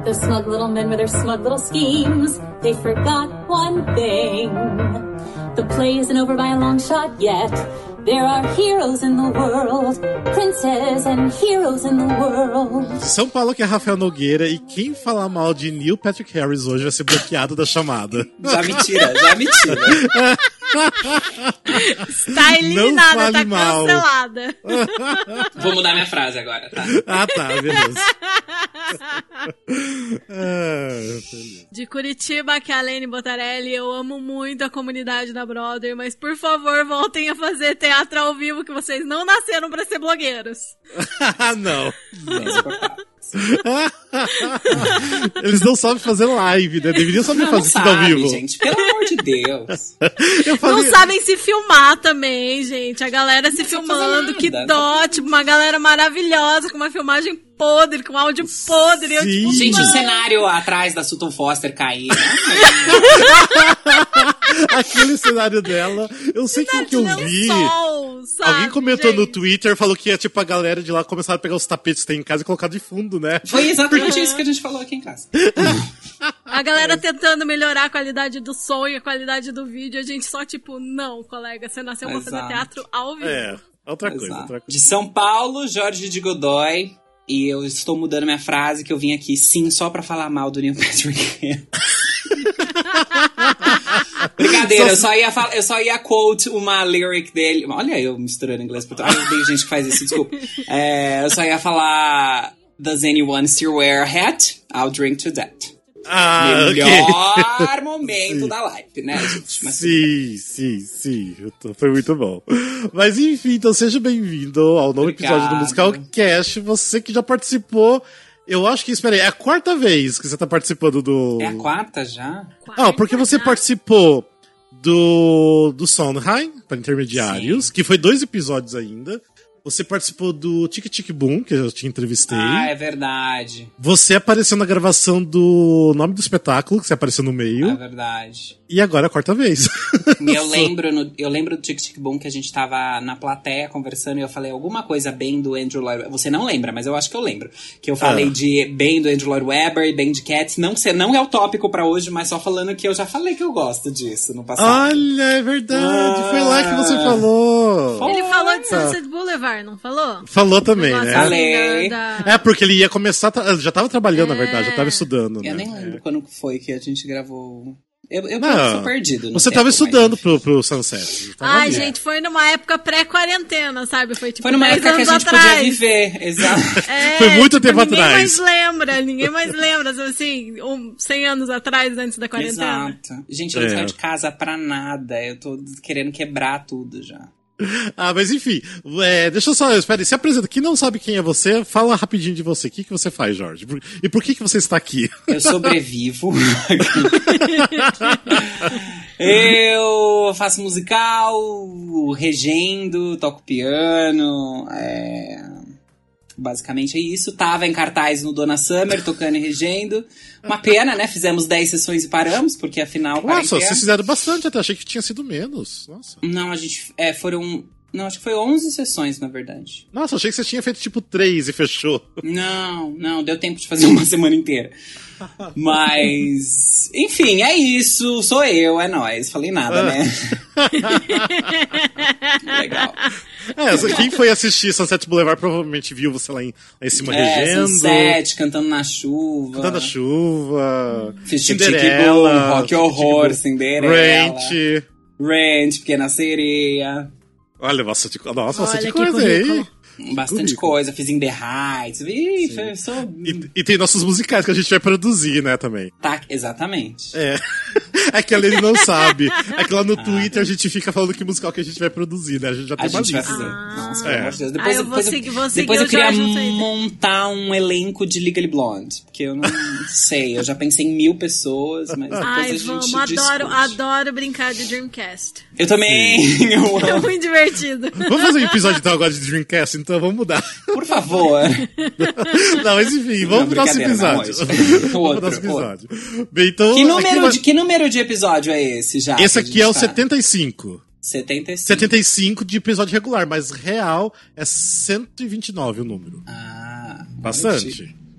The smug little men with their smug little schemes, they forgot one thing. The play isn't over by a long shot yet. There are heroes in the world, princes and heroes in the world. São Paulo, que é Rafael Nogueira, e quem falar mal de Neil Patrick Harris hoje vai ser bloqueado da chamada. Já me tira. Está eliminada, tá cancelada. Vou mudar minha frase agora, tá? Ah, tá, beleza. De Curitiba, que é a Lene Botarelli, eu amo muito a comunidade da Brother, mas por favor, voltem a fazer teatro ao vivo, que vocês não nasceram pra ser blogueiros. Não. Eles não sabem fazer live, né? Deveriam saber fazer tudo ao vivo. Gente, pelo amor de Deus. Não sabem se filmar também, gente. A galera se filmando, que dó, tipo, uma galera maravilhosa, com uma filmagem podre, com áudio podre. Eu, tipo, gente, o cenário atrás da Sutton Foster cair. Aquele cenário dela, eu sei que eu vi. Sabe, alguém comentou gente? no Twitter, falou que tipo, a galera de lá começaram a pegar os tapetes que tem em casa e colocar de fundo, né? Foi exatamente isso que a gente falou aqui em casa. A galera tentando melhorar a qualidade do som e a qualidade do vídeo, a gente só tipo, não, colega, você nasceu pra fazer teatro ao vivo. Outra coisa. De São Paulo, Jorge de Godoy. E eu estou mudando minha frase, que eu vim aqui sim só pra falar mal do Neil Patrick. Brincadeira, eu só ia quote uma lyric dele. Olha eu misturando inglês e português. Eu odeio gente que faz isso, desculpa. Eu só ia falar: Does anyone still wear a hat? I'll drink to that. Melhor momento da live, né, gente? Mas... Sim. Foi muito bom. Mas enfim, então seja bem-vindo ao novo episódio do Musical Cast. Você que já participou, eu acho que, espera aí, é a quarta vez que você tá participando do... É a quarta já? Porque você participou do Sondheim, para intermediários, que foi 2 episódios ainda. Você participou do Tic Tic Boom, que eu te entrevistei. Ah, é verdade. Você apareceu na gravação do Nome do Espetáculo, que você apareceu no meio. É verdade. E agora é a quarta vez. Eu lembro do Tic Tic Boom que a gente tava na plateia conversando e eu falei alguma coisa bem do Andrew Lloyd Webber. Você não lembra, mas eu acho que eu lembro. Que eu falei de bem do Andrew Lloyd Webber e bem de Cats. Não é o tópico pra hoje, mas só falando que eu já falei que eu gosto disso no passado. Olha, é verdade. Foi lá que você falou. Ele falou de Sunset Boulevard, não falou? Falou também, né? Falei. Porque ele ia começar... Já tava trabalhando, na verdade. Já tava estudando, Eu né? nem lembro quando foi que a gente gravou... Eu sou perdido. Você tava estudando pro Sunset. Ai, gente, foi numa época pré-quarentena, sabe? Foi tipo foi numa época que a gente podia viver, exato. Foi muito tempo atrás. Ninguém mais lembra, assim, 100 anos atrás, antes da quarentena. Exato. Gente, eu não saio de casa pra nada. Eu tô querendo quebrar tudo já. Mas enfim, deixa eu só, espera aí, se apresenta. Quem não sabe quem é você, fala rapidinho de você. O que você faz, Jorge? E por que você está aqui? Eu sobrevivo. Eu faço musical, regendo, toco piano. Basicamente é isso. Tava em cartaz no Donna Summer, tocando e regendo. Uma pena, né? Fizemos 10 sessões e paramos, porque afinal... Nossa, vocês fizeram bastante até. Achei que tinha sido menos. Nossa. Não, a gente... foram... Não, acho que foi 11 sessões, na verdade. Nossa, achei que você tinha feito tipo 3 e fechou. Não, deu tempo de fazer uma semana inteira. Mas... Enfim, é isso. Sou eu, é nóis. Falei nada, né? Legal. Quem foi assistir Sunset Boulevard provavelmente viu você lá em cima regendo. Sunset, cantando na chuva. Cinderela. Rock Horror, Cinderela. Ranch, Pequena Sereia. Olha, bastante coisa aí. Bastante coisa, fiz In The Heights. E tem nossos musicais que a gente vai produzir, né, também. Tá, exatamente. É que a Lene não sabe. É que lá no Twitter a gente fica falando que musical que a gente vai produzir, né? A gente já tem uma lista. Nossa, pelo amor de Deus. Depois eu queria montar um elenco de Legally Blonde. Porque eu não sei. Eu já pensei em 1000 pessoas, mas depois a gente adoro brincar de Dreamcast. Eu também. É muito divertido. Vamos fazer um episódio então agora de Dreamcast, então vamos mudar. Por favor. Não, mas enfim, vamos pro nosso episódio. Outro. Bem, então, que número de episódio é esse já? Esse aqui é o 75. 75 de episódio regular, mas real é 129 o número. Ah, bastante.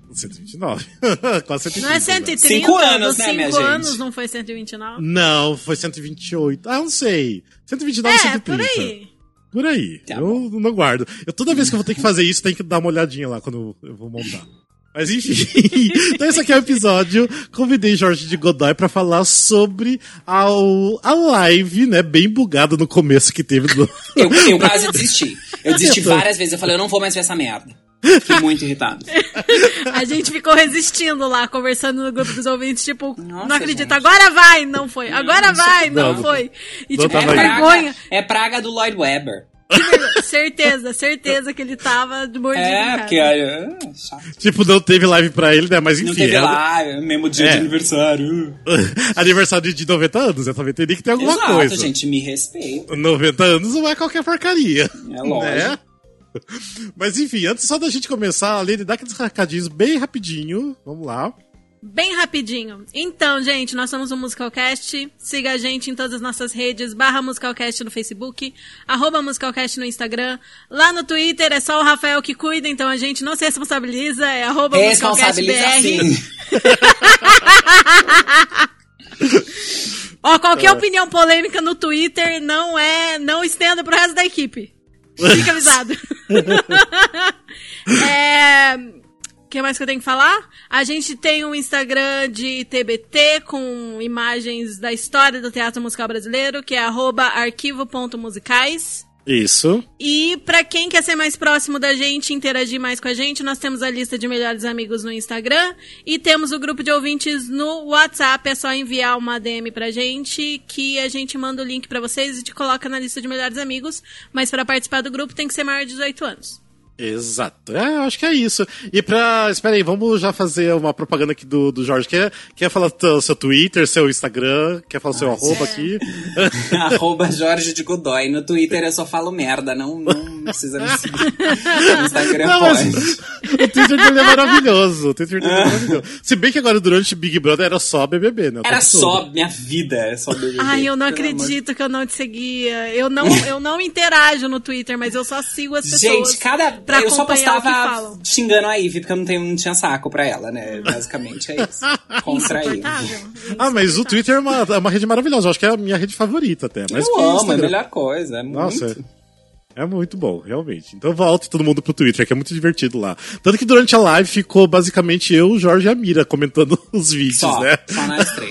129. Quase 130. Não é 130? 5 anos, né, minha gente? 5 anos não foi 129? Não, foi 128. Não sei. 129 130. Por aí. Por aí. Tá eu não guardo. Toda vez que eu vou ter que fazer isso, tem que dar uma olhadinha lá quando eu vou montar. Mas enfim, então esse aqui é o episódio. Convidei Jorge de Godoy pra falar sobre a live, né, bem bugada no começo que teve. Eu quase desisti. Eu desisti várias vezes. Eu falei, eu não vou mais ver essa merda. Fiquei muito irritado. A gente ficou resistindo lá, conversando no grupo dos ouvintes, tipo, nossa, não acredito, gente. agora vai, não foi. Agora vai, não foi. E tipo, vergonha. É praga do Lloyd Webber. Certeza que ele tava de mordido. Porque olha, chato. Tipo, não teve live pra ele, né? Mas enfim. Não teve live, mesmo dia de aniversário. Aniversário de 90 anos, eu também teria que ter alguma coisa. Gente, me respeita. 90 anos não é qualquer porcaria. É lógico. Né? Mas enfim, antes só da gente começar, a Lene dá aqueles recadinhos bem rapidinho. Vamos lá. Bem rapidinho. Então, gente, nós somos o Musicalcast. Siga a gente em todas as nossas redes, /Musicalcast no Facebook, @Musicalcast no Instagram. Lá no Twitter é só o Rafael que cuida, então a gente não se responsabiliza, é @MusicalcastBR. Ó, qualquer opinião polêmica no Twitter não estenda pro resto da equipe. Fica avisado. O que mais que eu tenho que falar? A gente tem um Instagram de TBT com imagens da história do teatro musical brasileiro, que é @arquivo.musicais. Isso. E pra quem quer ser mais próximo da gente, interagir mais com a gente, nós temos a lista de melhores amigos no Instagram e temos o grupo de ouvintes no WhatsApp. É só enviar uma DM pra gente que a gente manda o link pra vocês e te coloca na lista de melhores amigos. Mas pra participar do grupo tem que ser maior de 18 anos. Exato. Eu acho que é isso. E espera aí, vamos já fazer uma propaganda aqui do Jorge. Quer falar o seu Twitter, seu Instagram? Quer falar o seu arroba aqui? @Jorge de Godoy. No Twitter eu só falo merda, não precisa me seguir. No Instagram pode. O Twitter dele é maravilhoso. Se bem que agora durante Big Brother era só BBB, né? Era só, minha vida é só BBB. Ai, eu não acredito que eu não te seguia. Eu não interajo no Twitter, mas eu só sigo as pessoas. Gente, eu só postava xingando a Ivy, porque eu não tinha saco pra ela, né? Basicamente é isso. Contra a Ivy. Mas o Twitter é uma rede maravilhosa. Eu acho que é a minha rede favorita até. Mas eu amo, é a melhor coisa. Nossa, é muito bom, realmente. Então volte todo mundo pro Twitter, que é muito divertido lá. Tanto que durante a live ficou basicamente eu, o Jorge e a Mira comentando os vídeos, né? Só nós três.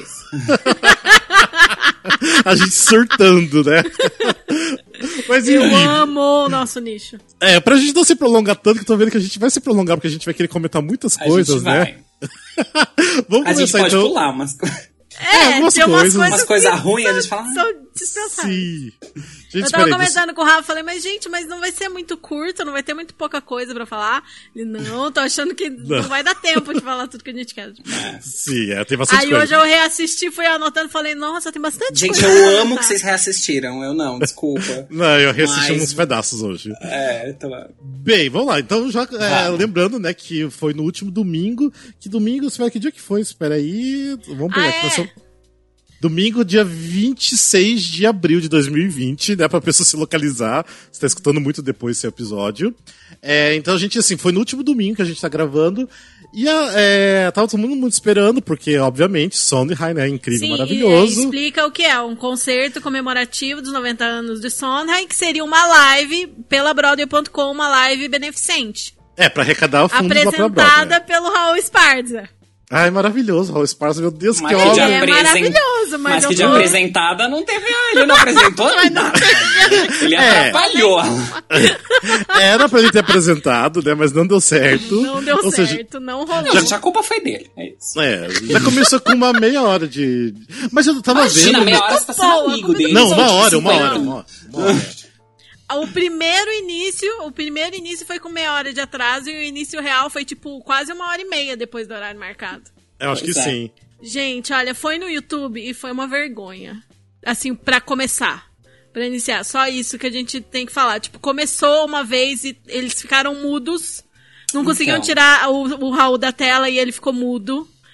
A gente surtando, né? Mas, eu amo o nosso nicho. Pra gente não se prolongar tanto, que eu tô vendo que a gente vai se prolongar, porque a gente vai querer comentar muitas coisas, né? Vamos começar, gente pode então pular umas coisas. Umas coisas ruins, a gente fala. São dispensáveis. Sim. Gente, eu tava comentando com o Rafa, falei, mas não vai ser muito curto, não vai ter muito pouca coisa pra falar. Ele, não, tô achando que não vai dar tempo de falar tudo que a gente quer. Sim, tem bastante coisa. Aí hoje eu reassisti, fui anotando, falei, nossa, tem bastante coisa. Gente, eu amo que vocês reassistiram, eu não, desculpa. Não, eu reassisti uns pedaços hoje. Então... Bem, vamos lá, então já lembrando, né, que foi no último domingo, espera, que dia que foi? Espera aí, vamos pegar aqui, domingo, dia 26 de abril de 2020, né, pra pessoa se localizar. Você tá escutando muito depois esse episódio. Então a gente, assim, foi no último domingo que a gente tá gravando. E tava todo mundo muito esperando, porque, obviamente, Sondheim, né, incrível, maravilhoso. Explica o que é, um concerto comemorativo dos 90 anos de Sondheim, que seria uma live pela Broadway.com, uma live beneficente. Pra arrecadar fundos lá pra Broadway. Apresentada pelo Raul Esparza. Ai, maravilhoso, Raul Esparza, meu Deus, mas que obra. É maravilhoso, mas que de apresentada não teve, ele não apresentou nada. Ele atrapalhou. Era pra ele ter apresentado, né, mas não deu certo. Não deu certo, não rolou. Não, gente, a culpa foi dele, é isso. Já começou com uma meia hora de... Mas eu tava vendo... Imagina, meia hora você tá sendo amigo dele. Não, uma hora. O primeiro início foi com meia hora de atraso e o início real foi, tipo, quase 1h30 depois do horário marcado. Eu acho que sim. Gente, olha, foi no YouTube e foi uma vergonha. Assim, pra começar. Pra iniciar. Só isso que a gente tem que falar. Tipo, começou uma vez e eles ficaram mudos. Não conseguiam tirar o Raul da tela e ele ficou mudo.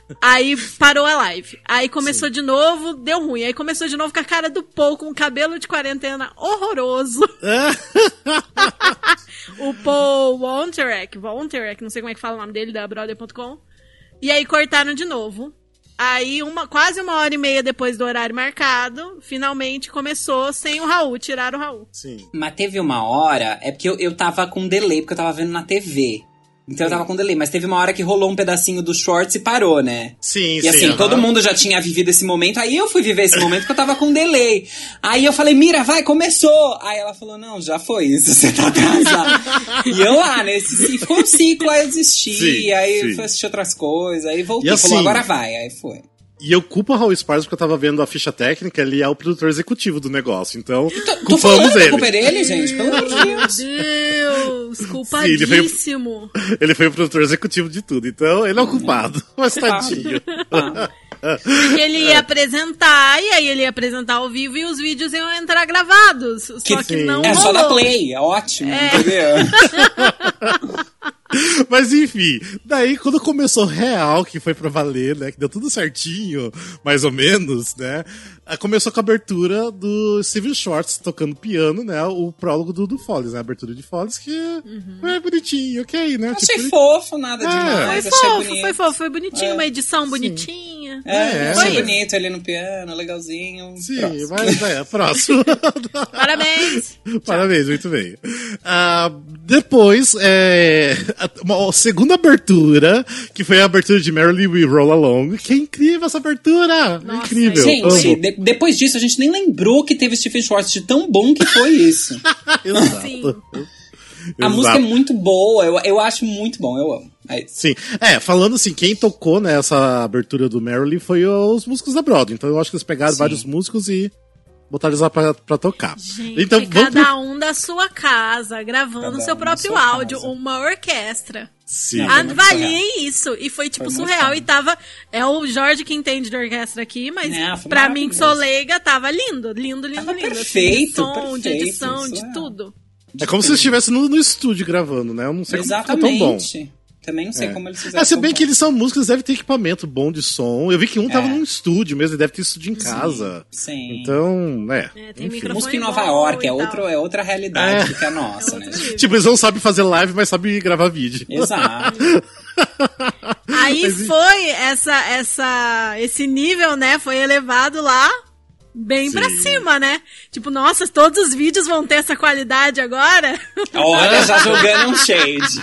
Aí parou a live. Aí começou de novo, deu ruim. Aí começou de novo com a cara do Paul, com o cabelo de quarentena horroroso. O Paul Wonterek, não sei como é que fala o nome dele, da Brother.com. E aí cortaram de novo. Aí, quase 1h30 depois do horário marcado, finalmente começou sem o Raul, tiraram o Raul. Sim. Mas teve uma hora, é porque eu tava com delay, porque eu tava vendo na TV. Então eu tava com delay, mas teve uma hora que rolou um pedacinho do shorts e parou, né? Sim, e assim, todo mundo já tinha vivido esse momento, aí eu fui viver esse momento porque eu tava com delay. Aí eu falei, Mira, vai, começou! Aí ela falou, não, já foi isso, você tá atrasado. E eu lá, né? Ficou um ciclo, aí eu desisti, aí fui assistir outras coisas, aí voltei, assim, falou, agora vai, aí foi. E eu culpo o Raul Esparza porque eu tava vendo a ficha técnica, ele é o produtor executivo do negócio, então Tô falando que a culpa é dele, gente, pelo amor de Deus. Meu Deus, culpadíssimo. Ele foi o produtor executivo de tudo, então ele é o culpado, mas tadinho. Porque ele ia apresentar, e aí ele ia apresentar ao vivo e os vídeos iam entrar gravados. Só que não rolou. Só da play, é ótimo, entendeu? Mas enfim, daí quando começou real, que foi pra valer, né, que deu tudo certinho, mais ou menos, né, começou com a abertura do Steven Schwartz tocando piano, né, o prólogo do Follies, né, a abertura de Follies, que é bonitinho, ok, né. Achei fofo, nada demais, foi fofo, foi bonitinho, uma edição bonitinha. Achei bonito ali no piano, legalzinho. Sim, mas próximo. Parabéns. Parabéns, muito bem. Depois, uma segunda abertura, que foi a abertura de Merrily We Roll Along, que é incrível essa abertura. Nossa, incrível. Gente, depois disso a gente nem lembrou que teve Stephen Schwartz, de tão bom que foi isso. Exato. Sim. A música é muito boa, eu acho muito bom, eu amo. Sim, falando assim, quem tocou nessa abertura do Merrily foi os músicos da Broadway, então eu acho que eles pegaram vários músicos e botaram eles lá pra tocar. Gente, então, cada um da sua casa, gravando seu próprio áudio, uma orquestra. Sim. Valia isso. E foi tipo surreal. E tava. É o Jorge que entende de orquestra aqui, mas pra mim que sou leiga, tava lindo. Lindo. Perfeito. Assim, de som, de edição, de tudo. É como se eles estivessem no estúdio gravando, né? Eu não sei como ficou tão bom. Também não sei como eles fizeram. Se bem que eles são músicos, devem ter equipamento bom de som. Eu vi que um tava num estúdio mesmo, ele deve ter estúdio em casa. Sim. Então, tem microfone música em Nova York é outra realidade do que a nossa, né? Tipo, eles não sabem fazer live, mas sabem gravar vídeo. Exato. Aí foi esse nível, né? Foi elevado lá bem pra cima, né? Tipo, nossa, todos os vídeos vão ter essa qualidade agora? Olha, já jogando um shade.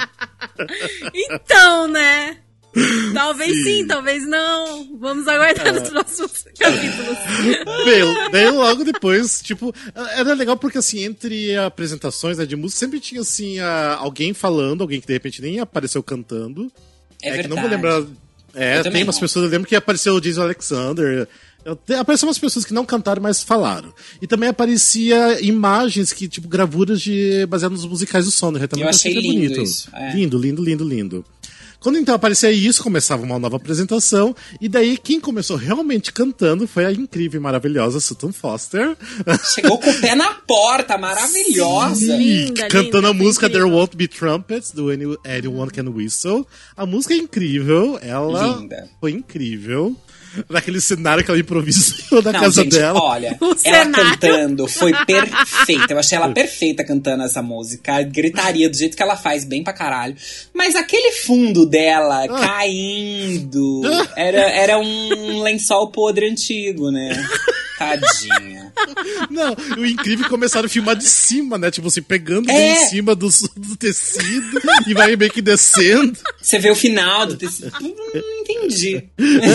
Então, né? Talvez sim, talvez não. Vamos aguardar os próximos capítulos. Daí logo depois, tipo, era legal porque assim, entre apresentações, né, de música, sempre tinha assim, alguém falando, alguém que de repente nem apareceu cantando. Verdade. Que não vou lembrar. Tem umas pessoas, eu lembro que apareceu o Jason Alexander. Apareceram umas pessoas que não cantaram, mas falaram. E também aparecia imagens que, tipo, gravuras baseadas nos musicais do Sondheim. Eu achei lindo bonito. Isso. Lindo. Quando então aparecia isso, começava uma nova apresentação. E daí, quem começou realmente cantando foi a incrível e maravilhosa Sutton Foster. Chegou com o pé na porta, maravilhosa. Sim, linda, cantando a música incrível. There Won't Be Trumpets, do Anyone Can Whistle. A música é incrível, ela foi incrível. Naquele cenário que ela improvisou na casa dela. Olha, ela cantando foi perfeita. Eu achei ela perfeita cantando essa música. Gritaria do jeito que ela faz, bem pra caralho. Mas aquele fundo dela caindo era um lençol podre antigo, né? Tadinha. Não, o incrível é que começaram a filmar de cima, né? Tipo assim, pegando bem em cima do tecido e vai meio que descendo. Você vê o final do tecido. Não entendi.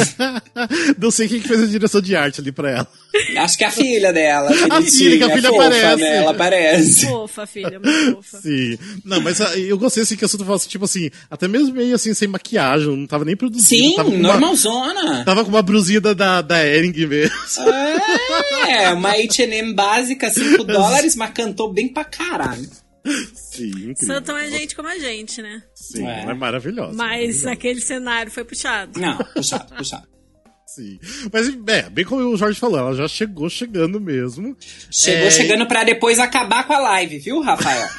Não sei quem que fez a direção de arte ali pra ela. Acho que é a filha dela. A filha fofa, aparece. Né? Ela aparece. Fofa, filha, muito fofa. Sim. Não, mas eu gostei assim que a Sutton Foster, tipo assim, até mesmo meio assim, sem maquiagem, não tava nem produzindo. Sim, normalzona. Tava com uma brusinha da Ering mesmo. Uma H&M básica, $5, mas cantou bem pra caralho. Sim, incrível. Sutton é gente como a gente, né? Sim, é maravilhosa. Mas aquele cenário foi puxado. Não, puxado. Sim. Mas, bem como o Jorge falou, ela já chegou chegando mesmo. Chegando pra depois acabar com a live, viu, Rafael?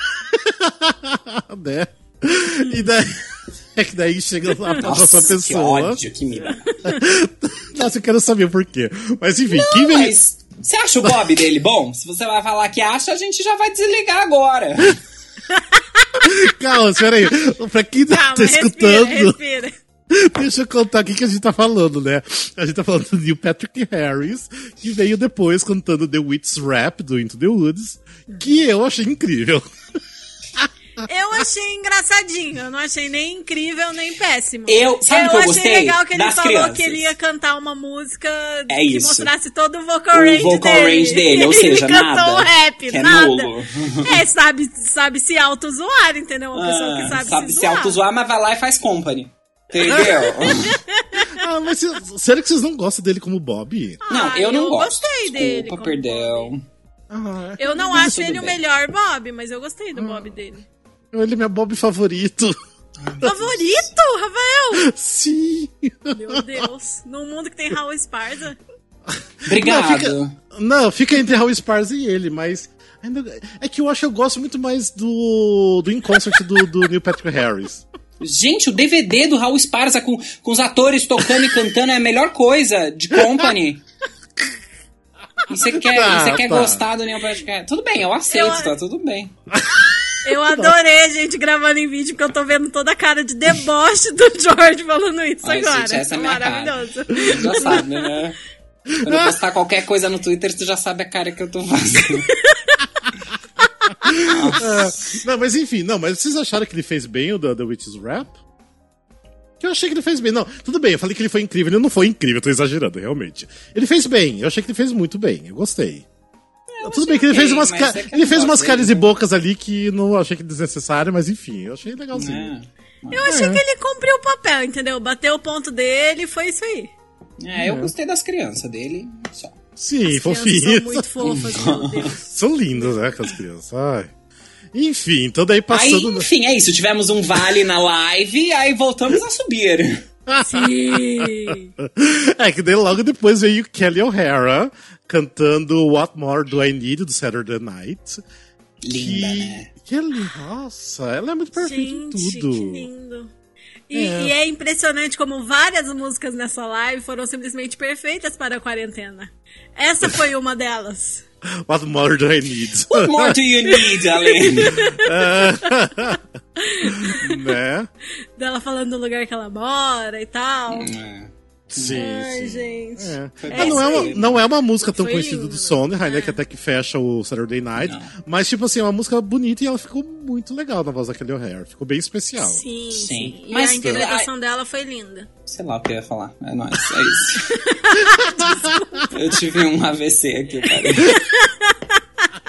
Né? E daí... É que daí chega lá pra nossa pessoa. Que ódio que me dá. Nossa, eu quero saber por quê. Mas enfim, quem veio... Mas você acha o Bob dele bom? Se você vai falar que acha, a gente já vai desligar agora. Calma, espera aí. Pra quem tá escutando... Respira. Deixa eu contar o que a gente tá falando, né? A gente tá falando do Neil Patrick Harris, que veio depois cantando The Witch's Rap, do Into the Woods, que eu achei incrível. Eu achei engraçadinho, eu não achei nem incrível, nem péssimo. Sabe o que eu gostei? Achei legal que ele falou crianças. Que ele ia cantar uma música que isso. Mostrasse todo o vocal range dele. Ou seja, ele nada. Cantou um rap, é nada. Nulo. Sabe se auto-zoar, entendeu? Uma pessoa que sabe se auto-zoar, mas vai lá e faz company. Entendeu? Mas sério que vocês não gostam dele como Bob? Não, eu não gosto. Gostei dele. Desculpa, perdão. Eu não acho ele o melhor Bob, mas eu gostei do Bob dele. Ele é meu Bob favorito. Favorito, Rafael? Sim. Meu Deus. Num mundo que tem Raul Esparza. Obrigado. Fica entre Raul Esparza e ele, mas... É que eu gosto muito mais do In Concert do Neil Patrick Harris. Gente, o DVD do Raul Esparza com os atores tocando e cantando é a melhor coisa de Company. E você quer gostar do Neil Patrick Harris? Tudo bem, eu aceito, tá tudo bem. Eu adorei a gente gravando em vídeo, porque eu tô vendo toda a cara de deboche do George falando isso agora. Gente, essa é maravilhoso. Cara. Você já sabe, né? Quando eu postar qualquer coisa no Twitter, você já sabe a cara que eu tô fazendo. Não, mas enfim, mas vocês acharam que ele fez bem o The Witch's Rap? Que eu achei que ele fez bem. Não, tudo bem, eu falei que ele foi incrível. Ele não foi incrível, eu tô exagerando, realmente. Ele fez bem, eu achei que ele fez muito bem, eu gostei. Tudo bem que ele fez umas caras e bocas ali que não achei que desnecessário, mas enfim, eu achei legalzinho. Eu achei que ele cumpriu o papel, entendeu? Bateu o ponto dele e foi isso aí. Eu gostei das crianças dele, só. Sim, fofinhas. São muito fofas, meu Deus. São lindas, né, aquelas crianças. Ai. Enfim, então daí passando... Enfim, é isso. Tivemos um vale na live, aí voltamos a subir. Sim. Que daí logo depois veio Kelly O'Hara cantando What More Do I Need, do Saturday Night. Linda, né? Nossa, ela é muito perfeita em tudo. Que lindo. E é impressionante como várias músicas nessa live foram simplesmente perfeitas para a quarentena. Essa foi uma delas. What more do I need? What more do you need, Aline? Né? Dela falando do lugar que ela mora e tal. Sim. Ai, gente. Não é uma música tão foi conhecida lindo, do Sondheim, né? Que até que fecha o Saturday Night. Não. Mas, tipo assim, é uma música bonita e ela ficou muito legal na voz da Kelly O'Hara. Ficou bem especial. Sim. E mas a interpretação dela foi linda. Sei lá o que eu ia falar. É nóis, é isso. Eu tive um AVC aqui, cara.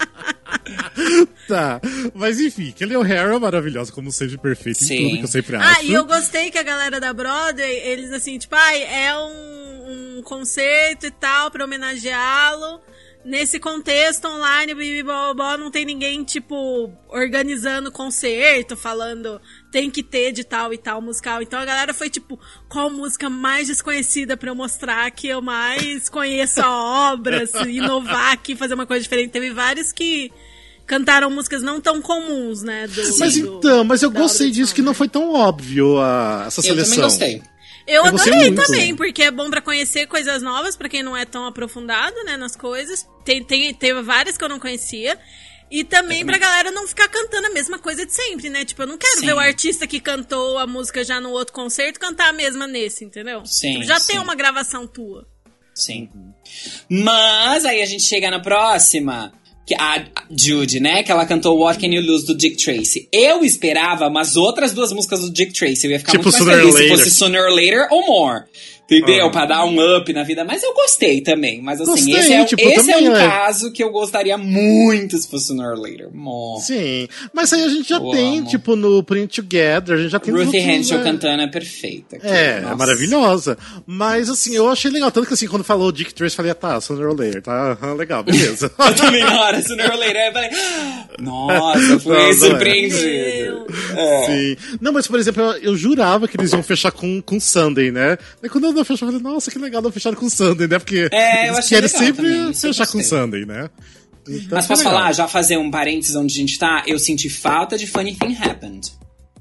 Tá, mas enfim, Kelly O'Hara é maravilhosa, como sempre, perfeita em tudo que eu sempre acho. E eu gostei que a galera da Broadway, eles assim, tipo, é um concerto e tal, pra homenageá-lo. Nesse contexto online, não tem ninguém, tipo, organizando concerto, falando tem que ter de tal e tal musical. Então a galera foi, tipo, qual música mais desconhecida pra eu mostrar que eu mais conheço a obra, inovar aqui, fazer uma coisa diferente. Teve vários que cantaram músicas não tão comuns, né? Mas eu gostei disso, que não foi tão óbvio essa seleção. Eu também gostei. Eu adorei também, porque é bom pra conhecer coisas novas, pra quem não é tão aprofundado, né, nas coisas. Teve várias que eu não conhecia. E também pra galera não ficar cantando a mesma coisa de sempre, né? Tipo, eu não quero ver o artista que cantou a música já no outro concerto cantar a mesma nesse, entendeu? Sim, tipo, já tem uma gravação tua. Sim. Mas aí a gente chega na próxima... A Judy, né? Que ela cantou What Can You Lose do Dick Tracy. Eu esperava umas outras duas músicas do Dick Tracy. Eu ia ficar tipo muito mais feliz se fosse Sooner or Later ou More. Entendeu? Pra dar um up na vida. Mas eu gostei também. Mas assim, esse é um caso que eu gostaria muito se fosse Sooner or Later. More. Sim. Mas aí a gente já tem, tipo, no Put It Together, a gente já tem... Ruthie Henshaw cantando é perfeita. É maravilhosa. Mas assim, eu achei legal. Tanto que assim, quando falou Dick Tracy, eu falei, Sooner or Later, tá? Legal, beleza. Eu também na hora, Sooner or Later, eu falei, nossa, foi surpreendido. Sim. Não, mas por exemplo, eu jurava que eles iam fechar com Sunday, né? Aí quando eu fechou, eu falei, nossa, que legal, não fecharam com Sunday, né? Porque eles querem sempre também, fechar com Sunday, né? Então, mas posso falar, já fazer um parênteses onde a gente tá? Eu senti falta de Funny Thing Happened.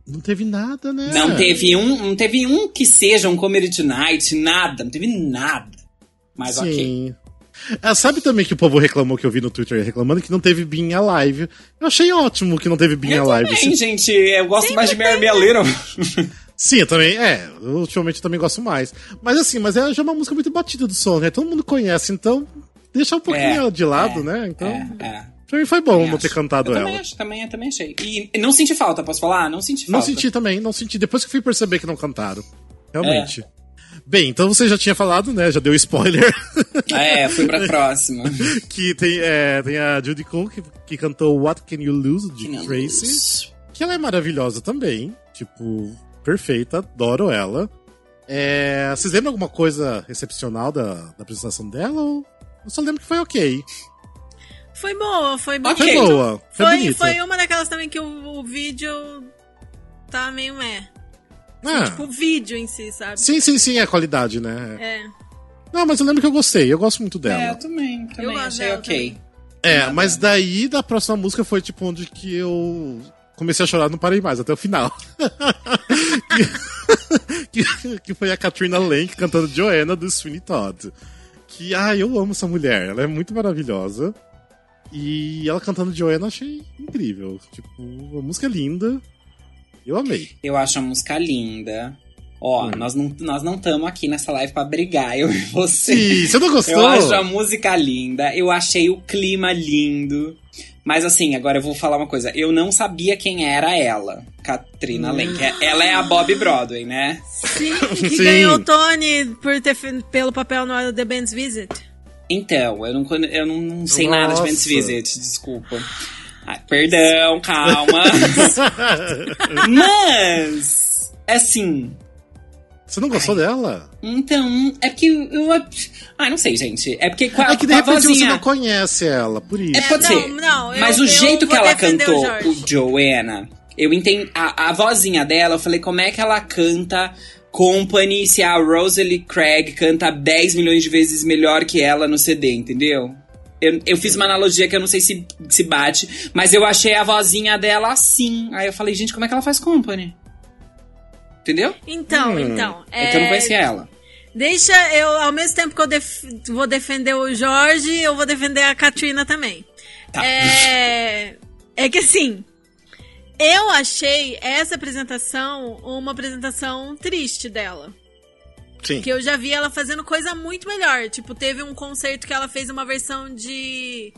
Não teve nada, né? Não teve um que seja um Comedy Night, nada. Não teve nada. Mas sim. Ok. Sabe também que o povo reclamou, que eu vi no Twitter reclamando, que não teve Being Alive. Eu achei ótimo que não teve Being Alive. Também, gente. Eu gosto mais de Mary Little. Sim, eu também, ultimamente eu também gosto mais. Mas assim, já é uma música muito batida do som, né? Todo mundo conhece, então deixa um pouquinho ela de lado, né? Então, pra mim foi bom não ter cantado ela. Também achei. E não senti falta, posso falar? Não senti falta. Não senti. Depois que eu fui perceber que não cantaram. Realmente. Bem, então você já tinha falado, né? Já deu spoiler. Fui pra próxima. Que tem a Judy Kuhn, que cantou What Can You Lose, de Tracy. Que ela é maravilhosa também. Tipo, perfeita, adoro ela. Vocês lembram alguma coisa excepcional da apresentação dela? Ou eu só lembro que foi ok. Foi boa, foi boa. Okay. Foi boa, foi bonita. Foi uma daquelas também que o vídeo tá meio tipo, o vídeo em si, sabe? Sim, é a qualidade, né? Não, mas eu lembro que eu gostei, eu gosto muito dela. Eu também eu achei ok. Também. Mas daí da próxima música foi tipo onde que eu comecei a chorar, não parei mais, até o final. que foi a Katrina Lenk cantando Joanna do Sweeney Todd. Que, eu amo essa mulher, ela é muito maravilhosa. E ela cantando Joanna, achei incrível. Tipo, a música é linda. Eu amei. Eu acho a música linda. Nós não estamos aqui nessa live pra brigar, eu e você. Sim, você não gostou? Eu acho a música linda, eu achei o clima lindo. Mas assim, agora eu vou falar uma coisa. Eu não sabia quem era ela, Katrina Lenk. Ela é a Bobby Broadway, né? Sim, que ganhou o Tony pelo papel no The Band's Visit. Então, eu não sei nada de Band's Visit, desculpa. Perdão, calma. Mas, assim... Você não gostou dela? Então, é porque eu... não sei, gente. É porque é que de repente você não conhece ela, por isso. Pode ser. Mas o jeito que ela cantou o Joanna, eu entendi... A vozinha dela, eu falei, como é que ela canta Company se a Rosalie Craig canta 10 milhões de vezes melhor que ela no CD, entendeu? Eu fiz uma analogia que eu não sei se bate, mas eu achei a vozinha dela assim. Aí eu falei, gente, como é que ela faz Company? Entendeu? Então. É que eu não conhecia ela. Deixa eu, ao mesmo tempo que eu vou defender o Jorge, eu vou defender a Katrina também. Tá. É que assim, eu achei essa apresentação uma apresentação triste dela. Sim. Que eu já vi ela fazendo coisa muito melhor. Tipo, teve um concerto que ela fez uma versão de...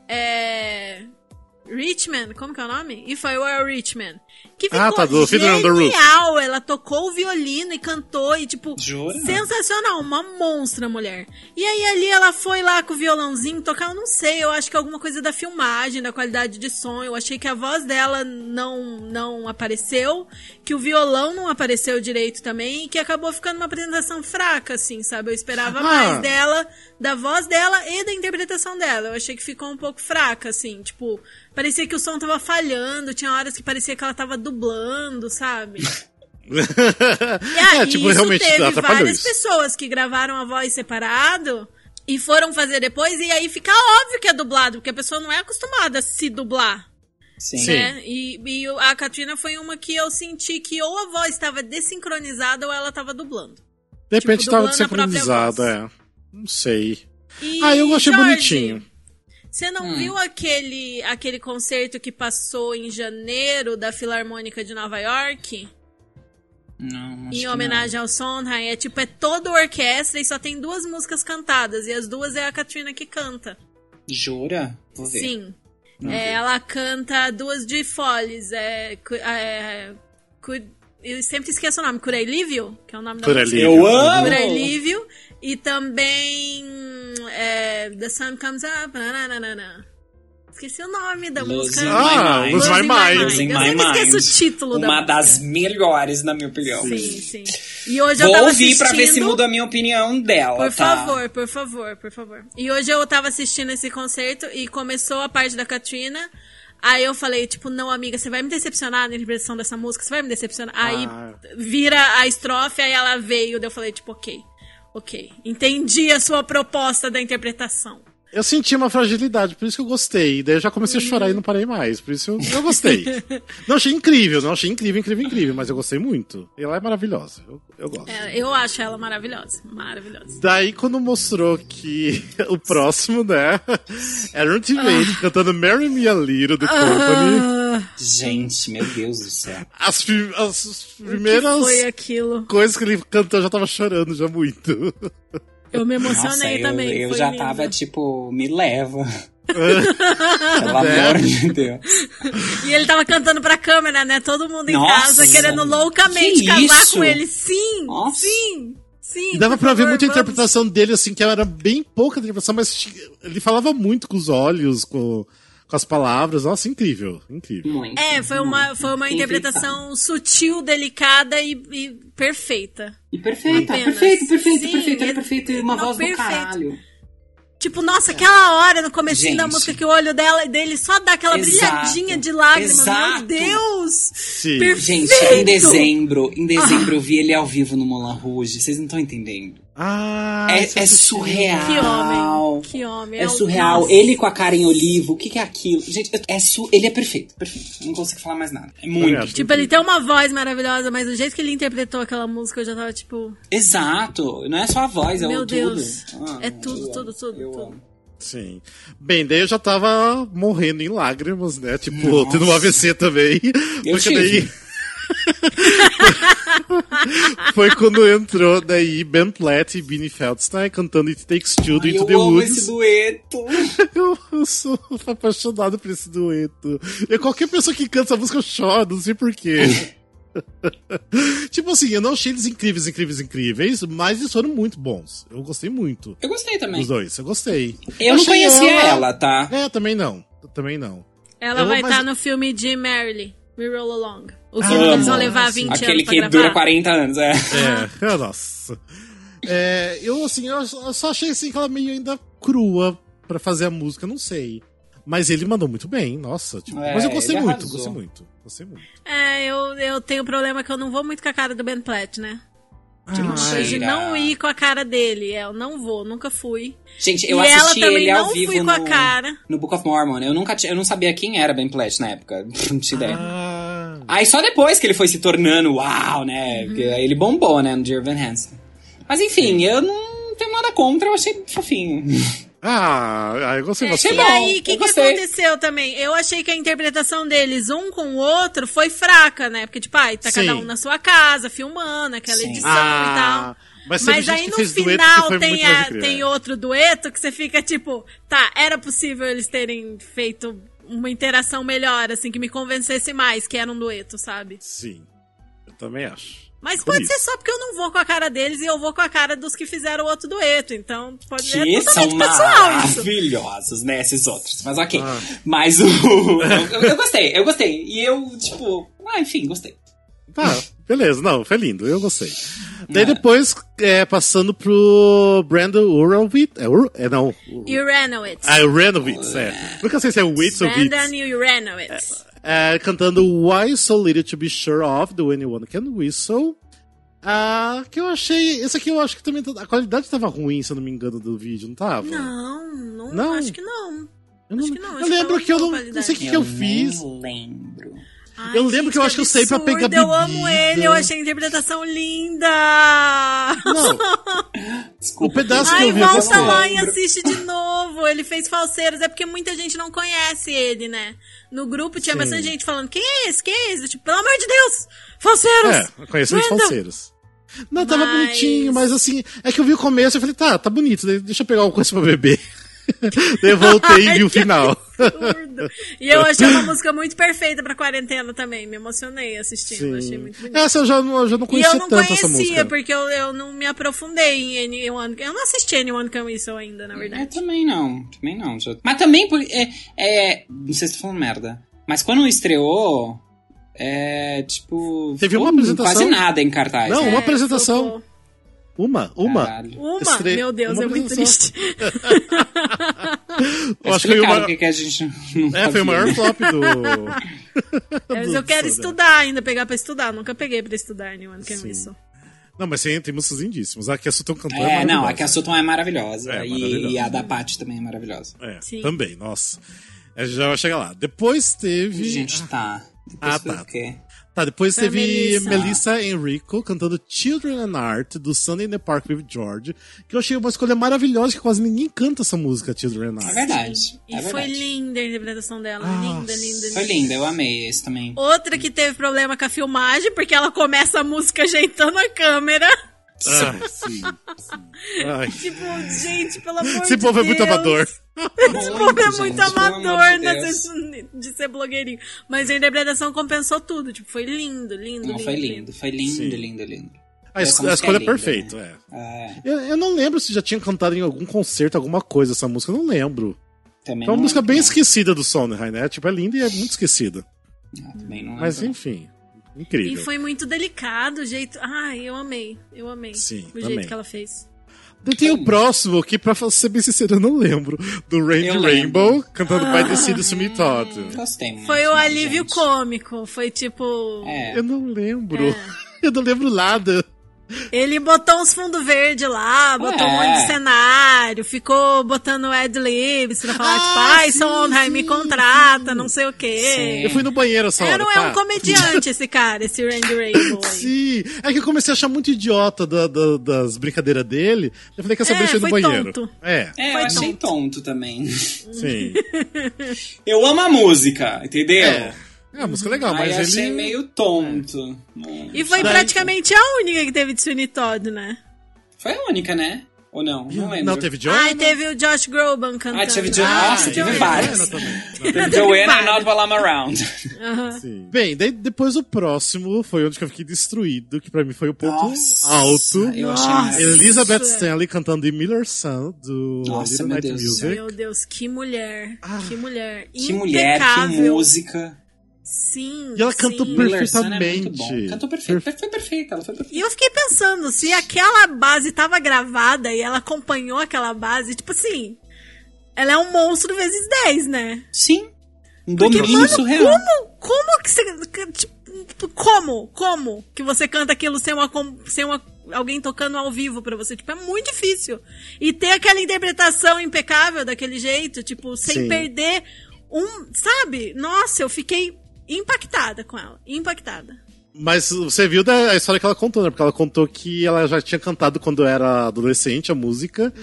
Richmond, como que é o nome? If I Were Richmond. Que ficou genial. Ela tocou o violino e cantou e tipo, Jura? Sensacional, uma monstra mulher. E aí ali ela foi lá com o violãozinho tocar, eu não sei, eu acho que alguma coisa da filmagem, da qualidade de som, eu achei que a voz dela não apareceu, que o violão não apareceu direito também e que acabou ficando uma apresentação fraca, assim, sabe? Eu esperava mais dela, da voz dela e da interpretação dela. Eu achei que ficou um pouco fraca, assim, tipo... Parecia que o som tava falhando, tinha horas que parecia que ela tava dublando, sabe? E aí, tipo, realmente teve várias pessoas que gravaram a voz separado e foram fazer depois, e aí fica óbvio que é dublado, porque a pessoa não é acostumada a se dublar. Sim. Né? E a Katrina foi uma que eu senti que ou a voz estava desincronizada ou ela estava dublando. De repente estava desincronizada, Não sei. Eu achei Jorge, bonitinho. Você não viu aquele concerto que passou em janeiro da Filarmônica de Nova York? Não, em homenagem ao Sondheim. É tipo, é toda orquestra e só tem 2 músicas cantadas. E as 2 é a Katrina que canta. Jura? Vou ver. Sim. Ela canta 2 de Follies. Eu sempre esqueço o nome. Curelívio? Que é o nome da música. Eu amo! Curelívio. E também The Sun Comes Up. Nananana. Esqueci o nome da música. Lose My Mind. Eu sempre esqueço o título da música. Uma das melhores, na minha opinião. Sim. E hoje Vou eu tava ouvir pra ver se muda a minha opinião dela, por favor. E hoje eu tava assistindo esse concerto e começou a parte da Katrina. Aí eu falei, tipo, não, amiga, você vai me decepcionar na interpretação dessa música? Você vai me decepcionar? Aí vira a estrofe, aí ela veio. Daí eu falei, tipo, ok. Entendi a sua proposta da interpretação. Eu senti uma fragilidade, por isso que eu gostei. Daí eu já comecei a chorar e não parei mais. Por isso eu gostei. Não achei incrível, mas eu gostei muito. Ela é maravilhosa. Eu gosto. Eu acho ela maravilhosa. Maravilhosa. Daí, quando mostrou que o próximo, né? Era um teammate cantando Marry Me a Little, The Company. Gente, meu Deus do céu. As primeiras foi aquilo? Coisas que ele cantou, eu já tava chorando já muito. Eu me emocionei também. Eu já lindo. Tava tipo, me leva. Pelo amor de Deus. E ele tava cantando pra câmera, né? Todo mundo em casa querendo loucamente casar com ele. Sim, sim. E dava pra ver muita interpretação dele, assim, que era bem pouca interpretação, mas ele falava muito com os olhos, com as palavras. Nossa, incrível. Muito, foi uma interpretação sutil, delicada e perfeita. E perfeita. Era perfeito. E uma voz do caralho. Tipo, nossa, aquela hora no comecinho da música que o olho dele só dá aquela brilhadinha de lágrimas. Meu Deus! Sim. Perfeito. Gente, em dezembro eu vi ele ao vivo no Moulin Rouge. Vocês não estão entendendo. É surreal. Que homem. É surreal. Nossa. Ele com a cara em olivo. O que é aquilo? Gente, ele é perfeito. Eu não consigo falar mais nada. É muito. Tipo, ele tem uma voz maravilhosa, mas o jeito que ele interpretou aquela música, eu já tava tipo... Exato. Não é só a voz, é o tudo. Meu Deus. É tudo. Sim. Bem, daí eu já tava morrendo em lágrimas, né? Tipo, tendo um AVC também. Porque daí... Foi quando entrou daí Ben Platt e Beanie Feldstein cantando It Takes Two do Into the Woods. Eu amo esse dueto. Eu sou apaixonado por esse dueto. E qualquer pessoa que canta essa música eu choro, não sei porquê. Tipo assim, eu não achei eles incríveis, mas eles foram muito bons. Eu gostei muito. Eu gostei também. Os dois, eu gostei. Eu não conhecia ela, tá? Também não. Ela vai estar no filme de Marilyn, We Roll Along. O filme que eles vão levar 20 anos aquele pra que gravar. dura 40 anos, nossa. Eu só achei assim que ela meio ainda crua pra fazer a música, não sei. Mas ele mandou muito bem, nossa. Tipo, mas eu gostei muito. Eu tenho problema que eu não vou muito com a cara do Ben Platt, né? De não ir com a cara dele. Eu não vou, nunca fui. Gente, eu assisti ele ao vivo com a cara. No Book of Mormon. Eu não sabia quem era Ben Platt na época. Não tinha ideia. Aí só depois que ele foi se tornando uau, né? Porque aí ele bombou, né? No Dear Evan Hansen. Mas enfim, eu não tenho nada contra. Eu achei fofinho. Eu gostei bastante. E aí, o que aconteceu também? Eu achei que a interpretação deles, um com o outro, foi fraca, né? Porque, tipo, tá cada um na sua casa, filmando, aquela edição e tal. Mas aí no final tem outro dueto que você fica, tipo, era possível eles terem feito uma interação melhor, assim, que me convencesse mais que era um dueto, sabe? Sim, eu também acho. Mas pode ser só porque eu não vou com a cara deles e eu vou com a cara dos que fizeram o outro dueto. Então, pode ser totalmente são pessoal isso. Maravilhosos, né, esses outros. Mas ok. Mas eu gostei. E eu, tipo... enfim, gostei. Beleza. Não, foi lindo. Eu gostei. Daí depois, passando pro Brandon Uranowitz. Uranowitz. Uranowitz, Nunca sei se é Witz ou Witz. Brandon Uranowitz. Cantando Why So Little To Be Sure Of, do Anyone Can Whistle. Que eu achei... Esse aqui eu acho que também... A qualidade tava ruim, se eu não me engano, do vídeo, não tava? Não? Acho que não. Eu lembro que eu não sei o que eu fiz. Eu lembro. Eu lembro que eu acho que eu saí pra pegar bebida. Eu amo ele, eu achei a interpretação linda. Não. Desculpa. O pedaço que eu vi volta lá e assiste de novo. Ele fez Falseiros. É porque muita gente não conhece ele, né? No grupo tinha bastante gente falando, quem é esse? Tipo, pelo amor de Deus, Falseiros. Eu conheço os Falseiros. Não, tava bonitinho, mas assim, é que eu vi o começo e falei, tá bonito, deixa eu pegar alguma coisa pra beber. Daí eu voltei e vi o final. Absurdo. E eu achei uma música muito perfeita pra quarentena também. Me emocionei assistindo. Achei muito bonita. Essa eu já não conhecia tanto essa música. Eu não conhecia, porque eu não me aprofundei em Anyone. Eu não assisti Anyone Can Whistle ainda, na verdade. Eu também não. Mas também, não sei se tô falando merda, mas quando estreou, tipo... Teve uma apresentação. Quase nada em cartaz. Não, uma apresentação. Uma. Meu Deus, é muito triste. Acho que foi que a gente não foi o maior flop do... Mas eu quero estudar ainda, pegar pra estudar. Nunca peguei pra estudar Anyone Can Whistle. Não, mas tem músicas lindíssimas. A que a Sutton cantou é maravilhosa. Não, a que a Sutton é maravilhosa. Maravilhosa. E a da Paty também é maravilhosa. Também, nossa. A gente já vai chegar lá. Depois teve... Gente, tá. Depois o quê? Tá, depois teve Melissa Enrico cantando Children and Art, do Sunday in the Park with George, que eu achei uma escolha maravilhosa, que quase ninguém canta essa música, Children and Art. É verdade. E foi linda a interpretação dela. Linda. Foi linda, eu amei esse também. Outra que teve problema com a filmagem, porque ela começa a música ajeitando a câmera. Sim. Ai. Tipo, gente, pelo amor de Deus. Esse povo é muito amador. Esse povo é muito amador de ser blogueirinho. Mas a interpretação compensou tudo. Tipo, foi lindo. Foi lindo. A escolha é perfeita, Eu não lembro se já tinha cantado em algum concerto, alguma coisa essa música, eu não lembro. Também é uma música bem esquecida do Sondheim, né? Tipo, é linda e é muito esquecida. Também não lembro. Mas enfim, incrível. E foi muito delicado o jeito... Ai, eu amei. Sim, o jeito que ela fez. Tem o próximo, que pra ser bem sincero, eu não lembro. Do Randy Rainbow, cantando By the Sea do Sweeney Todd. Gostei muito. Foi o alívio cômico. Foi tipo... Eu não lembro. Eu não lembro nada. Ele botou uns fundos verdes lá, botou um monte de cenário, ficou botando ad-libs pra falar, Sondheim, me contrata, não sei o quê. Sim. Eu fui no banheiro essa hora, É um comediante esse cara, esse Randy Rainbow. Sim, é que eu comecei a achar muito idiota das brincadeiras dele, eu falei que essa vez foi no banheiro. Tonto. Eu achei tonto também. Sim. Eu amo a música, entendeu? É uma música legal, mas ele... achei meio tonto. E foi praticamente a única que teve de Sweeney Todd, né? Foi a única, né? Ou não? Não lembro. Não, teve Joanna? Teve o Josh Groban cantando. Teve Joanna. Nossa, teve vários. Teve Joanna e Not While I'm Around. Sim. Bem, daí depois o próximo foi onde eu fiquei destruído, que pra mim foi o ponto alto. Eu achei Elizabeth Stanley cantando The Miller's Son, do Little Night Music. Meu Deus, que mulher. Que mulher. Que mulher, que música. Sim. E ela cantou perfeitamente. Cantou perfeito. Foi perfeita. Ela foi perfeita. E eu fiquei pensando, se aquela base tava gravada e ela acompanhou aquela base, tipo assim, ela é um monstro vezes 10, né? Sim. Um domínio surreal. Como que você... Tipo, como que você canta aquilo sem alguém tocando ao vivo pra você? Tipo, é muito difícil. E ter aquela interpretação impecável daquele jeito, tipo, sem perder sabe? Nossa, eu fiquei impactada com ela. Impactada. Mas você viu a história que ela contou, né? Porque ela contou que ela já tinha cantado quando era adolescente a música,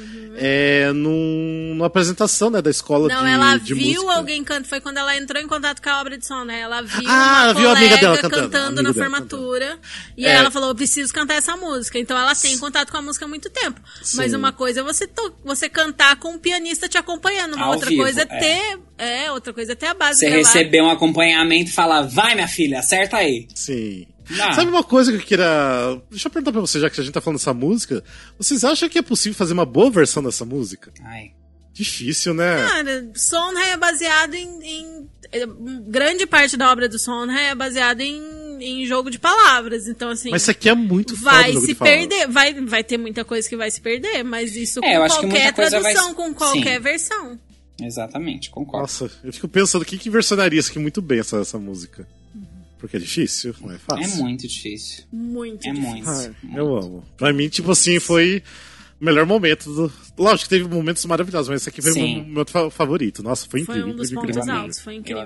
numa apresentação, né, da escola de música. Não, ela viu alguém cantando, foi quando ela entrou em contato com a obra de som, né? Ela viu ela viu a amiga dela cantando na formatura, e aí ela falou, eu preciso cantar essa música. Então ela tem contato com a música há muito tempo. Sim. Mas uma coisa é você cantar com um pianista te acompanhando, uma outra coisa outra coisa é ter a base gravada. Você receber um acompanhamento e falar, vai minha filha, acerta aí. Sim. Sabe uma coisa que eu queria... Deixa eu perguntar pra você, já que a gente tá falando dessa música. Vocês acham que é possível fazer uma boa versão dessa música? Difícil, né? Cara, Sondheim é baseado em grande parte da obra do Sondheim é baseada em jogo de palavras, então assim... Mas isso aqui é muito vai se perder, vai ter muita coisa que vai se perder, mas isso com qualquer tradução, com qualquer versão. Exatamente, concordo. Nossa, eu fico pensando, que versionaria isso aqui muito bem, essa música? Porque é difícil, não é fácil. É muito difícil. Muito difícil. Eu amo. Pra mim, tipo assim, foi o melhor momento. Lógico que teve momentos maravilhosos, mas esse aqui foi o meu favorito. Nossa, foi incrível. Foi um dos pontos altos, foi incrível.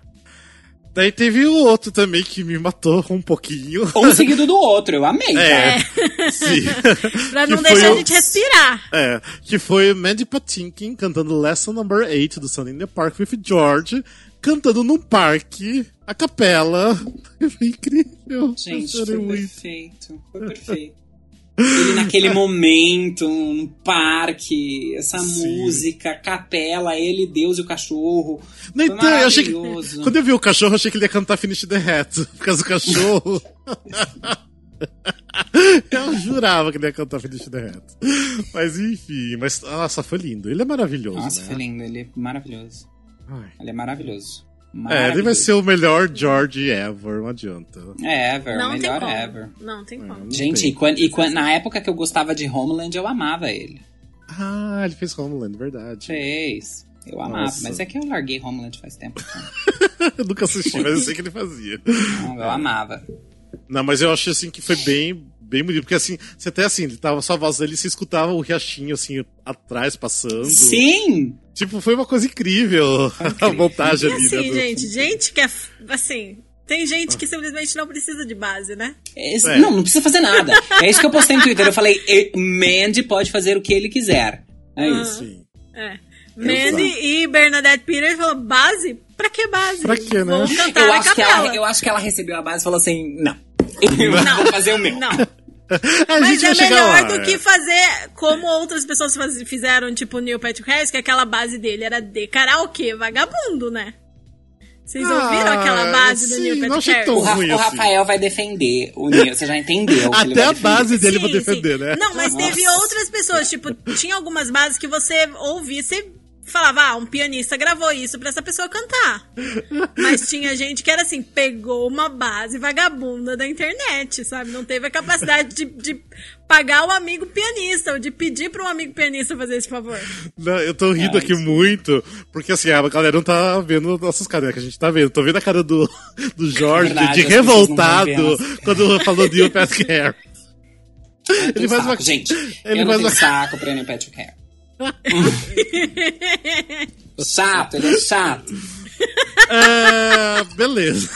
Daí teve o outro também que me matou um pouquinho. Um seguido do outro, eu amei. Sim. Pra não deixar a gente respirar. Que foi Mandy Patinkin cantando Lesson Number 8 do Sunday in the Park with George, cantando num parque, a capela. Foi incrível. Gente, foi perfeito. Foi perfeito. Ele naquele momento, no parque, essa música, capela, ele, Deus e o cachorro. Não, então, eu achei que, quando eu vi o cachorro, eu achei que ele ia cantar Finish the Hat, por causa do cachorro. Eu jurava que ele ia cantar Finish the Hat. Mas enfim, nossa, foi lindo. Ele é maravilhoso. Nossa, né? Foi lindo, ele é maravilhoso. Ele é maravilhoso. Ele vai ser o melhor George ever, não adianta. Melhor ever. Não tem como. Gente, na época que eu gostava de Homeland, eu amava ele. Ele fez Homeland, verdade. Fez. Eu amava, mas é que eu larguei Homeland faz tempo. Eu nunca assisti, mas eu sei que ele fazia. Não, eu amava. Não, mas eu acho assim que foi bem bonito. Porque assim, você até assim, tava só a voz dele, você escutava o riachinho assim, atrás, passando. Sim! Tipo, foi uma coisa incrível. A montagem ali, assim, né? Gente que é, assim... Tem gente que simplesmente não precisa de base, né? Não precisa fazer nada. É isso que eu postei no Twitter. Eu falei, Mandy pode fazer o que ele quiser. É isso. Sim. Mandy e Bernadette Peters falaram, base? Pra que base? Pra quê, né? Vou cantar eu acho que ela recebeu a base e falou assim, não. Eu vou fazer o meu. Não. Mas é melhor do que fazer como outras pessoas fizeram, tipo o Neil Patrick Harris, que aquela base dele era de karaokê vagabundo, né? Vocês ouviram aquela base do Neil Patrick Harris? O Rafael vai defender o Neil, você já entendeu. Até a base dele vai defender, né? Não, mas teve outras pessoas, tipo, tinha algumas bases que você ouvia, você falava, um pianista gravou isso pra essa pessoa cantar. Mas tinha gente que era assim, pegou uma base vagabunda da internet, sabe? Não teve a capacidade de pagar o amigo pianista, ou de pedir pra um amigo pianista fazer esse favor. Não, eu tô rindo aqui muito, porque assim, a galera não tá vendo nossas caras, que a gente tá vendo. Tô vendo a cara do Jorge, verdade, de revoltado, quando falou de Neil Patrick Harris. Ele faz uma... Gente, eu não tenho saco pra Neil Patrick Harris. Chato, ele é chato. Beleza.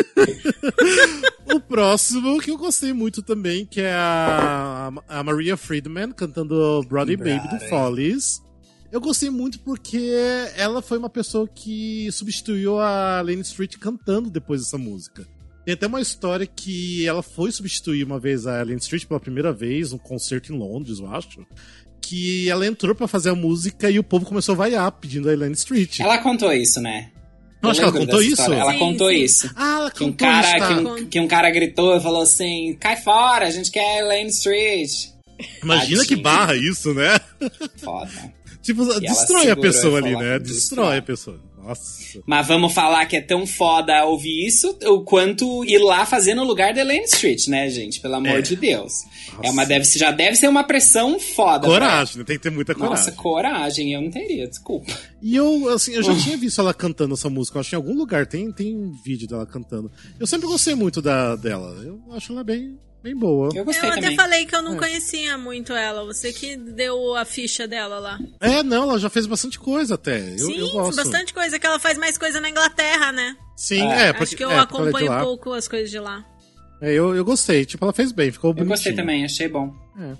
O próximo que eu gostei muito também, que é a Maria Friedman cantando Brody Baby do Follies. Eu gostei muito porque ela foi uma pessoa que substituiu a Lane Street cantando depois dessa música. Tem até uma história que ela foi substituir uma vez a Lane Street pela primeira vez, num concerto em Londres, eu acho. Que ela entrou pra fazer a música e o povo começou a vaiar pedindo a Elaine Street. Ela contou isso, né? Eu acho que ela contou isso? Ela contou isso. Ah, ela contou isso. Que um cara gritou e falou assim, cai fora, a gente quer a Elaine Street. Imagina que barra isso, né? Foda. Tipo, destrói a pessoa ali, né? Destrói a pessoa. Nossa. Mas vamos falar que é tão foda ouvir isso, o quanto ir lá fazer no lugar da Elaine Street, né, gente? Pelo amor de Deus. Já deve ser uma pressão foda. Coragem, né? Tem que ter muita coragem. Nossa, coragem, eu não teria, desculpa. E eu já tinha visto ela cantando essa música, eu acho que em algum lugar tem vídeo dela cantando. Eu sempre gostei muito dela, eu acho ela bem boa. Eu gostei também. Eu até falei que eu não conhecia muito ela. Você que deu a ficha dela lá. Não, ela já fez bastante coisa até. Eu gosto. Bastante coisa. Que ela faz mais coisa na Inglaterra, né? Sim, porque... Acho que eu acompanho um pouco as coisas de lá. Eu gostei. Tipo, ela fez bem, ficou bonitinho. Eu gostei também, achei bom.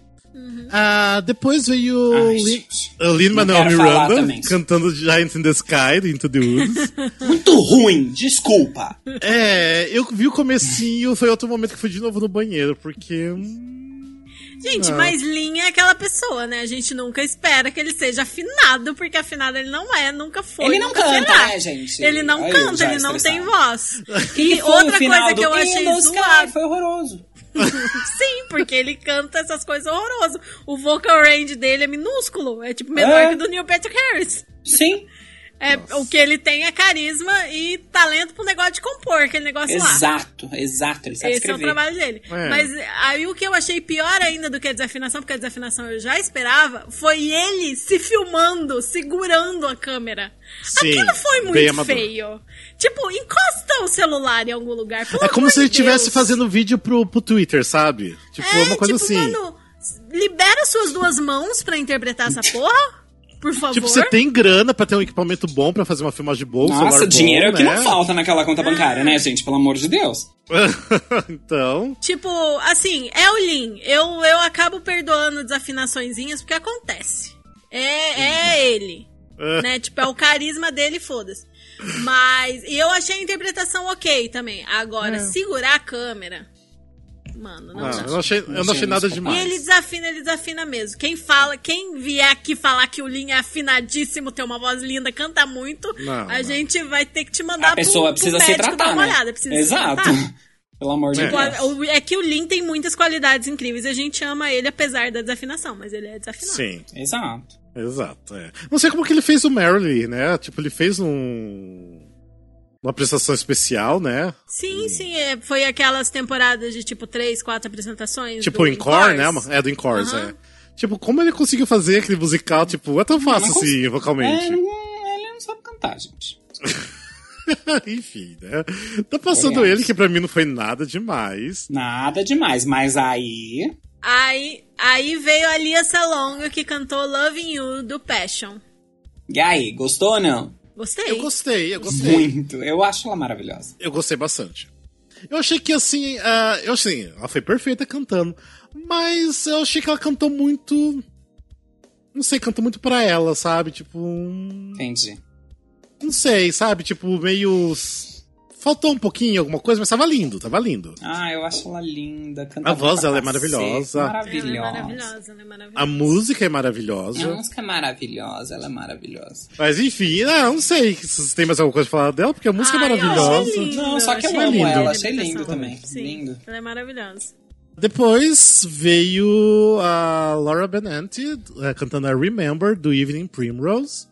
Depois veio Lin-Manuel Miranda cantando Giant in the Sky, do Into the Woods. Muito ruim, desculpa. Eu vi o comecinho, foi outro momento que fui de novo no banheiro, porque... Gente, mas Lin é aquela pessoa, né? A gente nunca espera que ele seja afinado, porque afinado ele não é, nunca foi. Ele não canta, será. né, gente? Ele não canta, ele não tem voz. E outra coisa que eu achei zoado. Foi horroroso. Sim, porque ele canta essas coisas horrorosas. O vocal range dele é minúsculo. É tipo menor que o do Neil Patrick Harris. Sim. O que ele tem é carisma e talento pro negócio de compor, aquele negócio lá. Exato, ele sabe escrever. Esse é o trabalho dele. Mas aí o que eu achei pior ainda do que a desafinação, porque a desafinação eu já esperava, foi ele se filmando, segurando a câmera. Sim, aquilo foi muito feio. Tipo, encosta o celular em algum lugar. É como se ele estivesse fazendo vídeo pro Twitter, sabe? Tipo, uma coisa assim. Mano, libera suas duas mãos pra interpretar essa porra. Por favor. Tipo, você tem grana pra ter um equipamento bom pra fazer uma filmagem boa. Nossa, dinheiro é o que né? não falta naquela conta bancária, né, gente? Pelo amor de Deus. Então... Tipo, assim, é o Lin. Eu acabo perdoando desafinaçõezinhas porque acontece. É ele. Né? Tipo, é o carisma dele, foda-se. Mas... E eu achei a interpretação ok também. Agora, segurar a câmera... Mano, eu não achei nada demais. E ele desafina mesmo. Quem vier aqui falar que o Lin é afinadíssimo, tem uma voz linda, canta muito, a gente vai ter que te mandar a pessoa precisa se tratar, uma né? olhada, precisa Exato. Se tratar. Pelo amor de Deus. É que o Lin tem muitas qualidades incríveis, a gente ama ele apesar da desafinação, mas ele é desafinado. Sim. Exato. Não sei como que ele fez o Merrily, né? Tipo, ele fez uma prestação especial, né? Sim. Foi aquelas temporadas de, tipo, 3, 4 apresentações. Tipo, Encore, né? É do Encore, Tipo, como ele conseguiu fazer aquele musical, tipo, é tão fácil assim, vocalmente. Ele não sabe cantar, gente. Enfim, né? Tá passando ele, que pra mim não foi nada demais. Nada demais, mas aí... Aí veio a Lia Salonga, que cantou Loving You, do Passion. E aí, gostou ou não? Gostei. Eu gostei. Muito. Eu acho ela maravilhosa. Eu gostei bastante. Eu achei que, assim, ela foi perfeita cantando. Mas eu achei que ela cantou muito... Não sei, cantou muito pra ela, sabe? Tipo... Entendi. Não sei, sabe? Tipo, meio... Faltou um pouquinho, alguma coisa, mas tava lindo. Ah, eu acho ela linda. Canta A voz dela é cacete. Maravilhosa. Maravilhosa. Ela é maravilhosa. A música é maravilhosa. A música é maravilhosa, ela é maravilhosa. Mas enfim, não sei se vocês têm mais alguma coisa pra falar dela, porque a música é maravilhosa. Não, só que eu achei amo lindo. ela, achei lindo também. Sim, Lindo. ela é maravilhosa. Depois veio a Laura Benanti cantando a Remember, do Evening Primrose.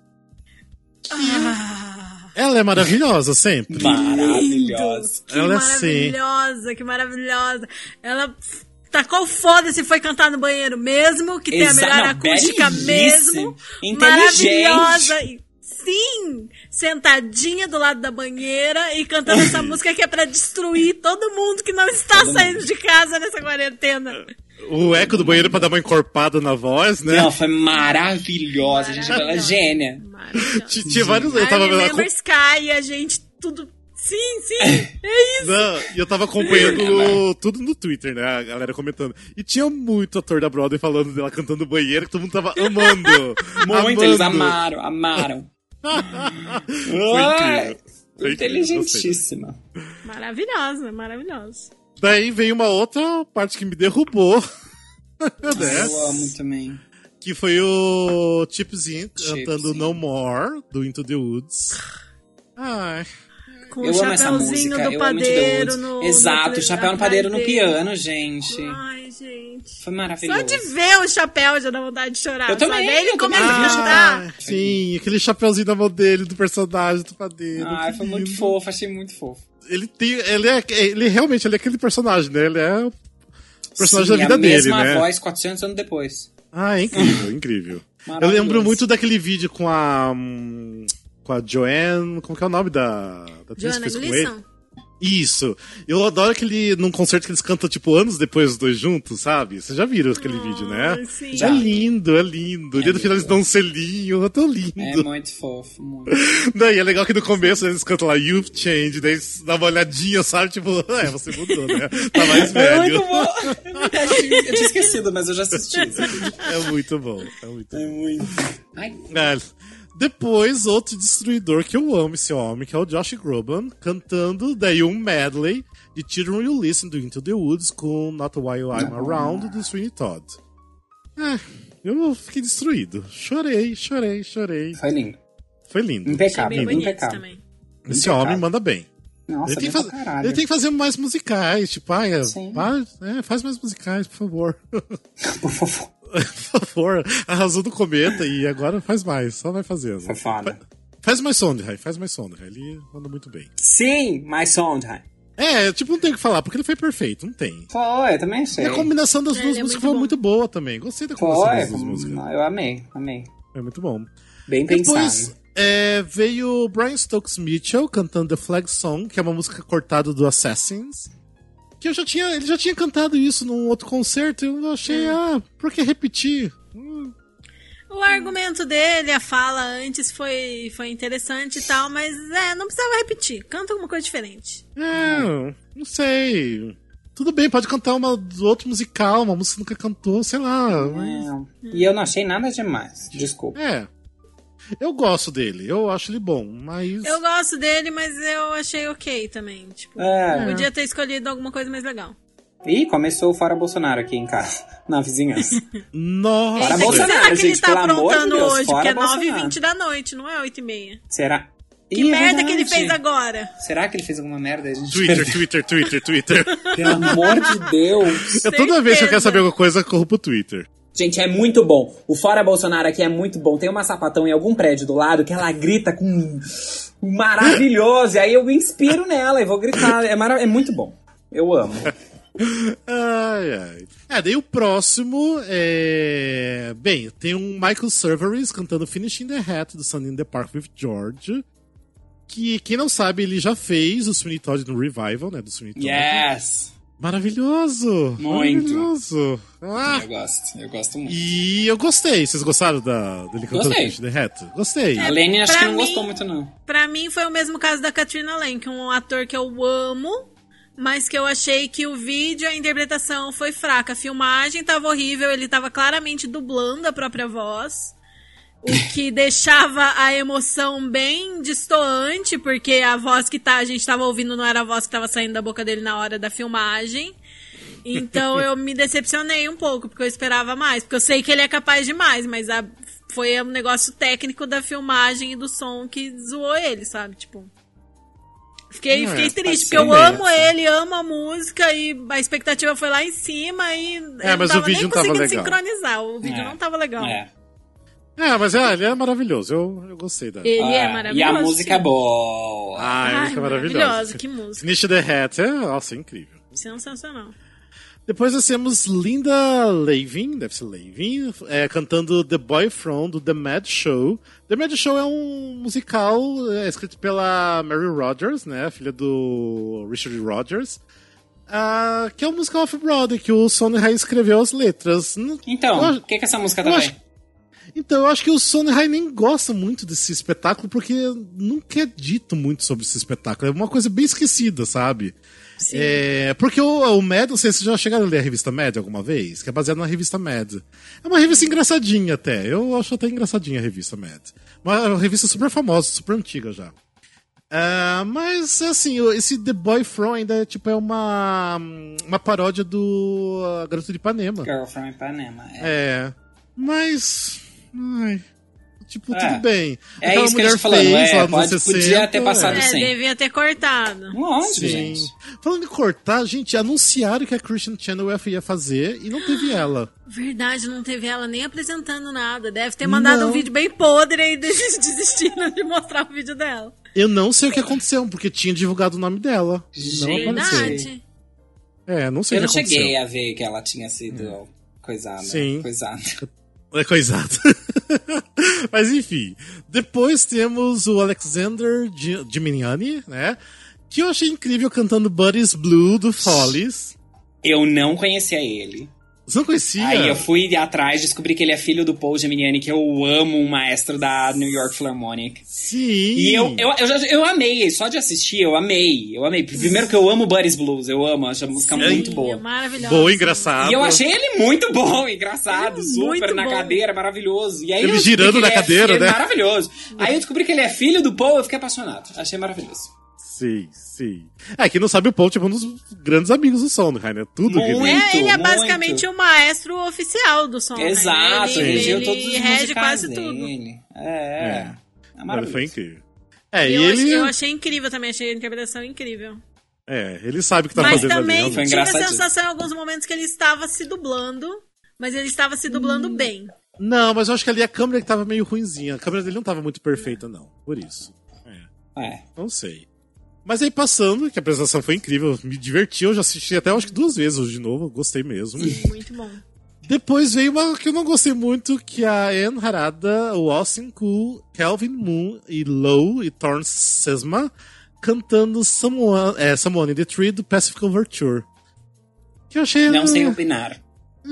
Ela é maravilhosa sempre. Maravilhosa. Que Ela é maravilhosa, que maravilhosa. Ela tacou foda-se, foi cantar no banheiro mesmo, que tem a melhor acústica mesmo. Inteligente. Maravilhosa. Sim, sentadinha do lado da banheira e cantando essa música que é pra destruir todo mundo que não está saindo de casa nessa quarentena. O eco do banheiro pra dar uma encorpada na voz, né? Não, foi maravilhosa. Gente, ela é gênia. Tinha vários... Eu tava Remember Sky e a gente tudo... Sim, é isso. Não, e eu tava acompanhando tudo no Twitter, né? A galera comentando. E tinha muito ator da Broadway falando dela cantando no banheiro, que todo mundo tava amando. Muito, eles amaram. Foi incrível. Inteligentíssima. Maravilhosa. Daí veio uma outra parte que me derrubou. Eu amo também. Que foi o Chipzinho cantando No More, do Into the Woods. Ai... Com eu o amo essa música, do padeiro no Exato, o chapéu no padeiro no piano, gente. Ai, gente. Foi maravilhoso. Só de ver o chapéu já dá vontade de chorar. Eu também. Daí ele começa a cantar. Sim, aquele chapéuzinho na mão dele, do personagem do padeiro. Ai, foi muito fofo, achei muito fofo. Ele realmente é aquele personagem, né? Ele é o personagem da vida dele, né? A mesma voz 400 anos depois. Ah, é incrível, incrível. Eu lembro muito daquele vídeo com a Joanne... Como que é o nome da atriz que fez com ele? Isso. Eu adoro num concerto que eles cantam, tipo, anos depois os dois juntos, sabe? Vocês já viram aquele vídeo, né? Sim. É lindo. E no final eles dão um selinho, é tão lindo. É muito fofo, muito. Daí é legal que no começo eles cantam lá, You've Changed, daí eles dão uma olhadinha, sabe? Tipo, você mudou, né? Tá mais velho. É muito bom. Eu tinha esquecido, mas eu já assisti. É muito bom. Ai. Depois, outro destruidor que eu amo esse homem, que é o Josh Groban, cantando daí um medley de Children You Listen do Into the Woods com Not While I'm Around do Sweeney Todd. Eu fiquei destruído. Chorei. Foi lindo. Impecável. Também. Esse homem manda bem. Nossa, ele tem que fazer mais musicais, tipo, faz mais musicais, por favor. Por favor. Por favor, arrasou do Cometa e agora faz mais, só vai fazendo. Foi foda. Faz mais Sondheim, ele anda muito bem. Sim, mais Sondheim. Não tem o que falar, porque ele foi perfeito, não tem. Foi, eu também sei. E a combinação das duas músicas foi muito boa também, gostei da combinação das duas músicas. Eu amei. É muito bom. Bem pensado. Depois veio Brian Stokes Mitchell cantando The Flag Song, que é uma música cortada do Assassins. Que ele já tinha cantado isso num outro concerto e eu achei, por que repetir? O argumento dele, a fala antes foi interessante e tal, mas não precisava repetir. Canta alguma coisa diferente. Não sei. Tudo bem, pode cantar outro musical, uma música que nunca cantou, sei lá. E eu não achei nada demais, desculpa. Eu gosto dele, eu acho ele bom, mas... Eu gosto dele, mas eu achei ok também. Tipo, podia ter escolhido alguma coisa mais legal. Ih, começou o Fora Bolsonaro aqui em casa, na vizinhança. Nossa! Fora Bolsonaro, gente, ele tá pelo amor de Deus, hoje, fora porque é Bolsonaro. 9h20 da noite, não é 8h30. Será? Que merda que ele fez agora? Será que ele fez alguma merda? Twitter. Pelo amor de Deus. Toda vez que eu quero saber alguma coisa, eu corro pro Twitter. Gente, é muito bom. O Fora Bolsonaro aqui é muito bom. Tem uma sapatão em algum prédio do lado que ela grita com maravilhoso. E aí eu me inspiro nela e vou gritar. É muito bom. Eu amo. Daí o próximo Bem, tem um Michael Cerveris cantando Finishing the Hat do Sunday in the Park with George. que, quem não sabe, ele já fez o Sweeney Todd no Revival, né, do Sweeney Todd. Yes! Maravilhoso! Muito! Maravilhoso! Eu gosto muito. E eu gostei. Vocês gostaram dele cantando Fish the Hat? Gostei. A Lane acho que não mim, gostou muito, não. Pra mim foi o mesmo caso da Katrina Lane, que é um ator que eu amo, mas que eu achei que o vídeo, a interpretação foi fraca. A filmagem tava horrível, ele tava claramente dublando a própria voz. O que deixava a emoção bem destoante, porque a voz que a gente tava ouvindo não era a voz que tava saindo da boca dele na hora da filmagem. Então eu me decepcionei um pouco, porque eu esperava mais. Porque eu sei que ele é capaz de mais, mas foi um negócio técnico da filmagem e do som que zoou ele, sabe? Tipo... Fiquei triste, porque eu amo ele, amo a música e a expectativa foi lá em cima e eu mas não tava o vídeo nem não tava conseguindo legal. sincronizar. O vídeo não tava legal. Mas ele é maravilhoso. Eu gostei dele. Ele é maravilhoso. E a música é boa. A música é maravilhosa. Que música. Finish the Hat nossa, é incrível. Sensacional. Depois nós temos Linda Lavin, deve ser Lavin, cantando The Boy From, do The Mad Show. The Mad Show é um musical escrito pela Mary Rodgers, né, filha do Richard Rodgers, que é um musical off-Broadway, que o Sondheim escreveu as letras. Então, o que essa música também? Então, eu acho que o Sondheim nem gosta muito desse espetáculo, porque nunca é dito muito sobre esse espetáculo. É uma coisa bem esquecida, sabe? Sim. Porque o Mad, não sei se vocês já chegaram a ler a revista Mad alguma vez, que é baseada na revista Mad. É uma revista engraçadinha até. Eu acho até engraçadinha a revista Mad. Uma revista super famosa, super antiga já. Mas, assim, esse The Boy From ainda é uma paródia do Garota de Ipanema. Girl from Ipanema, Mas... tudo bem. É aquela isso que a mulher gente falando, fez lá nos 60. Podia ter passado sem. Devia ter cortado. Onde, gente? Falando em cortar, gente, anunciaram que a Christian Chenoweth ia fazer e não teve ela. Verdade, não teve ela nem apresentando nada. Deve ter mandado um vídeo bem podre e desistindo de mostrar o vídeo dela. Eu não sei o que aconteceu, porque tinha divulgado o nome dela. Não apareceu. Verdade. Não sei o que aconteceu. Eu não cheguei a ver que ela tinha sido coisada. Sim. Coisada. É coisado. Mas enfim. Depois temos o Alexander Gimignani, né? Que eu achei incrível cantando Buddy's Blue do Follies. Eu não conhecia ele. Você não conhecia? Aí eu fui atrás, descobri que ele é filho do Paul Gimignani, que eu amo, um maestro da New York Philharmonic. Sim. E eu amei, só de assistir, eu amei. Primeiro que eu amo Buddy's Blues, eu amo, acho a música muito boa. Maravilhosa. Boa, engraçado. E eu achei ele muito bom, engraçado, super muito na bom. cadeira, maravilhoso. E aí ele girando na cadeira, né? Maravilhoso. Aí eu descobri que ele é filho do Paul, eu fiquei apaixonado. Achei maravilhoso. Sim. Quem não sabe, o Paul é um dos grandes amigos do Sondheim, né? Tudo que ele é basicamente o maestro oficial do Sondheim. Exato, ele rege todos os rege quase dele. tudo. É maravilhoso. Foi incrível. Eu achei incrível também, achei a interpretação incrível. Ele sabe o que tá fazendo ali. Mas também tive a sensação em alguns momentos que ele estava se dublando, mas ele estava se dublando bem. Não, mas eu acho que ali a câmera que tava meio ruinzinha. A câmera dele não tava muito perfeita, não. Por isso. Não sei. Mas aí passando, que a apresentação foi incrível, me diverti, eu já assisti até acho que 2 vezes hoje de novo, gostei mesmo. Muito bom. Depois veio uma que eu não gostei muito, que é a Anne Harada, o Austin Cool, Calvin Moon e Low e Thorne Sesma cantando Someone in the Tree do Pacific Overture. Que eu achei... Não sei opinar.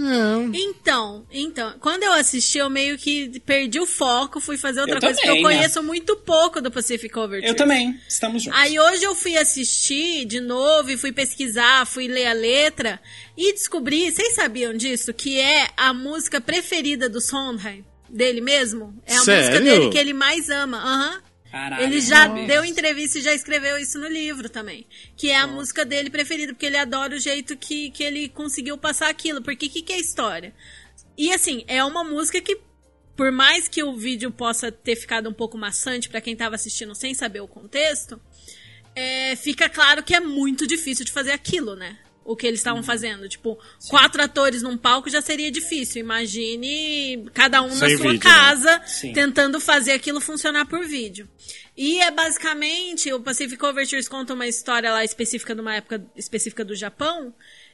Então, quando eu assisti, eu meio que perdi o foco, fui fazer outra coisa, também, porque eu conheço muito pouco do Pacific Overture. Eu também, estamos juntos. Aí hoje eu fui assistir de novo e fui pesquisar, fui ler a letra e descobri, vocês sabiam disso? Que é a música preferida do Sondheim, dele mesmo? É a música dele que ele mais ama, Caralho, ele já deu entrevista e já escreveu isso no livro também. Que é a música dele preferida, porque ele adora o jeito que ele conseguiu passar aquilo. Porque o que é a história? E assim, é uma música que, por mais que o vídeo possa ter ficado um pouco maçante pra quem tava assistindo sem saber o contexto, fica claro que é muito difícil de fazer aquilo, né? O que eles estavam fazendo. Tipo, 4 atores num palco já seria difícil. Imagine cada um na sua casa, tentando fazer aquilo funcionar por vídeo. E é basicamente, o Pacific Overtures conta uma história lá específica, de uma época específica do Japão.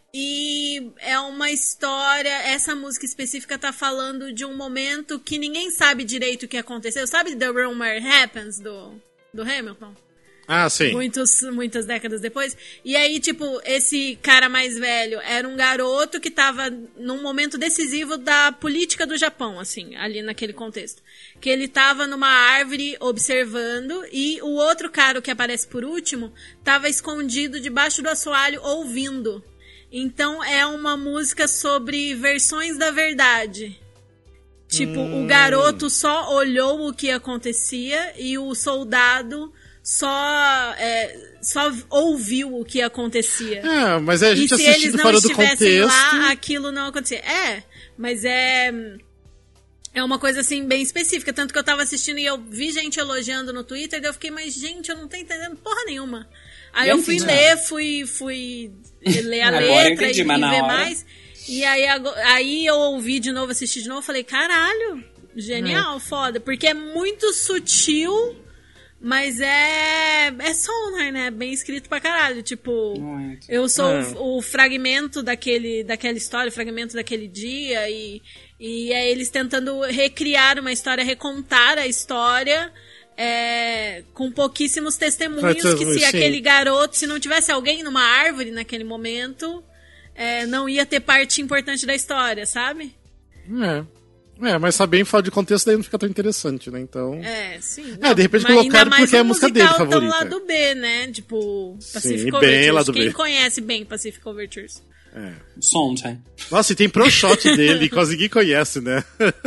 E é uma história, essa música específica tá falando de um momento que ninguém sabe direito o que aconteceu. Sabe The Rumor Happens, do Hamilton? Ah, sim. Muitas décadas depois. E aí, tipo, esse cara mais velho era um garoto que tava num momento decisivo da política do Japão, assim, ali naquele contexto. Que ele tava numa árvore observando e o outro cara, o que aparece por último, tava escondido debaixo do assoalho ouvindo. Então é uma música sobre versões da verdade. Tipo, o garoto só olhou o que acontecia e o soldado só ouviu o que acontecia. Mas a gente assistindo fora do contexto. Se eles não estivessem lá, aquilo não acontecia. Mas é uma coisa, assim, bem específica. Tanto que eu tava assistindo e eu vi gente elogiando no Twitter, daí eu fiquei, mas, gente, eu não tô entendendo porra nenhuma. Aí eu fui ler, fui ler a letra e ver mais. E aí eu ouvi de novo, assisti de novo, falei, caralho, genial, foda. Porque é muito sutil... Mas é Sondheim, né? Bem escrito pra caralho. Tipo, eu sou o fragmento daquela história, o fragmento daquele dia. E é eles tentando recriar uma história, recontar a história com pouquíssimos testemunhos. Que se aquele garoto, se não tivesse alguém numa árvore naquele momento, não ia ter parte importante da história, sabe? Mas saber em fora de contexto daí não fica tão interessante, né? Então. Sim. De repente colocaram porque é a música dele favorita. Tão lado B, né? Tipo, Pacific Sim, Overtures. Quem conhece bem Pacific Overtures? Sondheim. Nossa, e tem pro shot dele, quase ninguém conhece, né?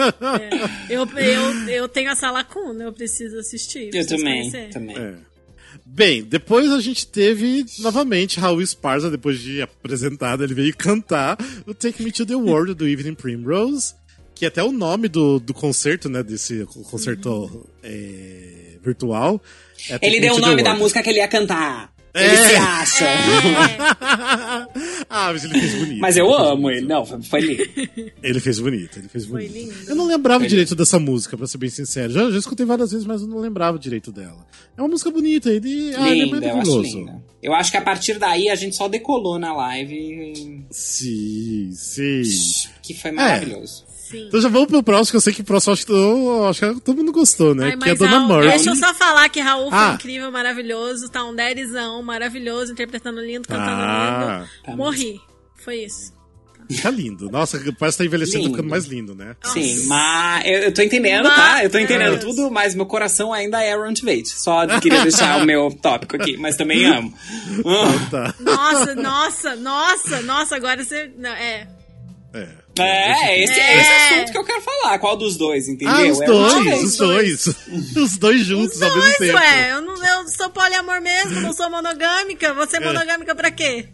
Eu tenho essa lacuna, eu preciso assistir. Eu também. Bem, depois a gente teve novamente Raul Esparza, depois de apresentado, ele veio cantar o Take Me to the World do Evening Primrose. Que até o nome do concerto, né? Desse concerto virtual. Ele deu o nome da música que ele ia cantar. Ele se acha. Mas ele fez bonito. Mas eu amo ele. Não, foi lindo. Ele fez bonito. Foi lindo. Eu não lembrava direito dessa música, pra ser bem sincero. Já escutei várias vezes, mas eu não lembrava direito dela. É uma música bonita. Ele é maravilhoso. Eu acho linda. Eu acho que a partir daí a gente só decolou na live. Sim. Que foi maravilhoso. Sim. Então já vamos pro próximo, que eu sei que o próximo acho que todo mundo gostou, né? Que é a Donna Murphy. Deixa eu só falar que Raul foi incrível, maravilhoso, tá um daddyzão, maravilhoso, interpretando lindo, cantando lindo. Morri. Foi isso. Tá lindo. Nossa, parece que tá envelhecendo, tá ficando mais lindo, né? Sim, mas eu tô entendendo, tá? Eu tô entendendo tudo, mas meu coração ainda é Aaron Tveit. Só queria deixar o meu tópico aqui, mas também amo. Tá. Nossa, agora você... Esse assunto que eu quero falar. Qual dos dois, entendeu? Os dois. Os dois juntos ao mesmo tempo. Eu sou poliamor mesmo, não sou monogâmica. Você é monogâmica pra quê?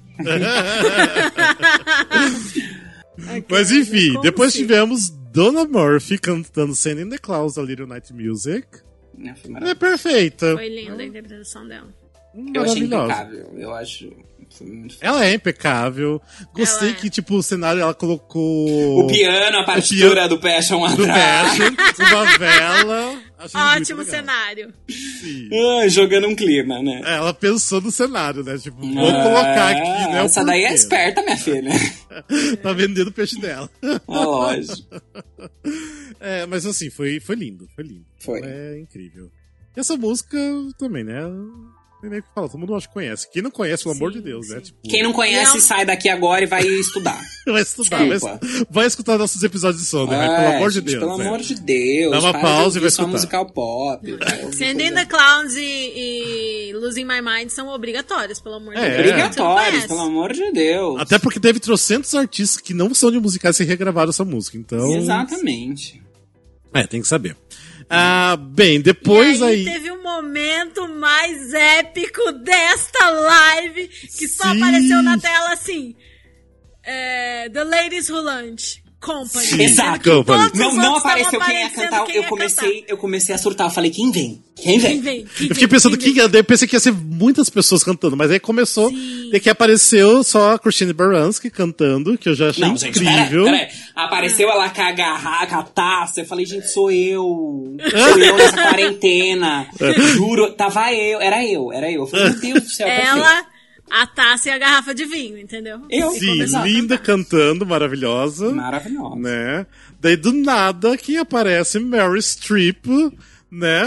Mas enfim, depois tivemos Donna Murphy cantando Sending the Clouds, a Little Night Music. É perfeita. Foi linda a interpretação dela. Eu achei impecável. Eu acho... Ela é impecável. Gostei que, tipo, o cenário ela colocou... O piano, a partitura do Passion atrás. Uma vela. Ótimo cenário. Sim. Jogando um clima, né? Ela pensou no cenário, né? Tipo, vou colocar aqui, né? Essa daí é esperta, minha filha. Tá vendendo o peixe dela. Lógico. Mas assim, foi lindo. Foi. É incrível. E essa música também, né? Tem nem o que falar, todo mundo acho que conhece. Quem não conhece, pelo amor de Deus, né? Tipo, quem não conhece, sai daqui agora e vai estudar. vai escutar nossos episódios de som, né? Pelo amor de Deus. Pelo amor de Deus. Dá uma pausa e vai escutar. Musical pop. Sending the Clouds e Losing My Mind são obrigatórios, pelo amor de Deus. Obrigatórios, pelo amor de Deus. Até porque teve trocentos artistas que não são de musicais e regravaram essa música, então... Exatamente. Tem que saber. Bem, depois e aí teve um momento mais épico desta live que só apareceu na tela assim. The Ladies Who Lunch Company. Exato. Não apareceu quem ia cantar. Eu comecei a surtar. Eu falei, quem vem? Eu fiquei pensando eu pensei que ia ser muitas pessoas cantando, mas aí começou e que apareceu só a Christine Baranski cantando, que eu já achei incrível. Pera aí. Apareceu ela com a garrafa, com a taça. Eu falei, gente, sou eu nessa quarentena. Juro, tava eu. Era eu. Eu falei, meu Deus do céu. Ela, a taça e a garrafa de vinho, entendeu? Sim, linda cantando, maravilhosa. Né? Daí do nada que aparece Meryl Streep, né?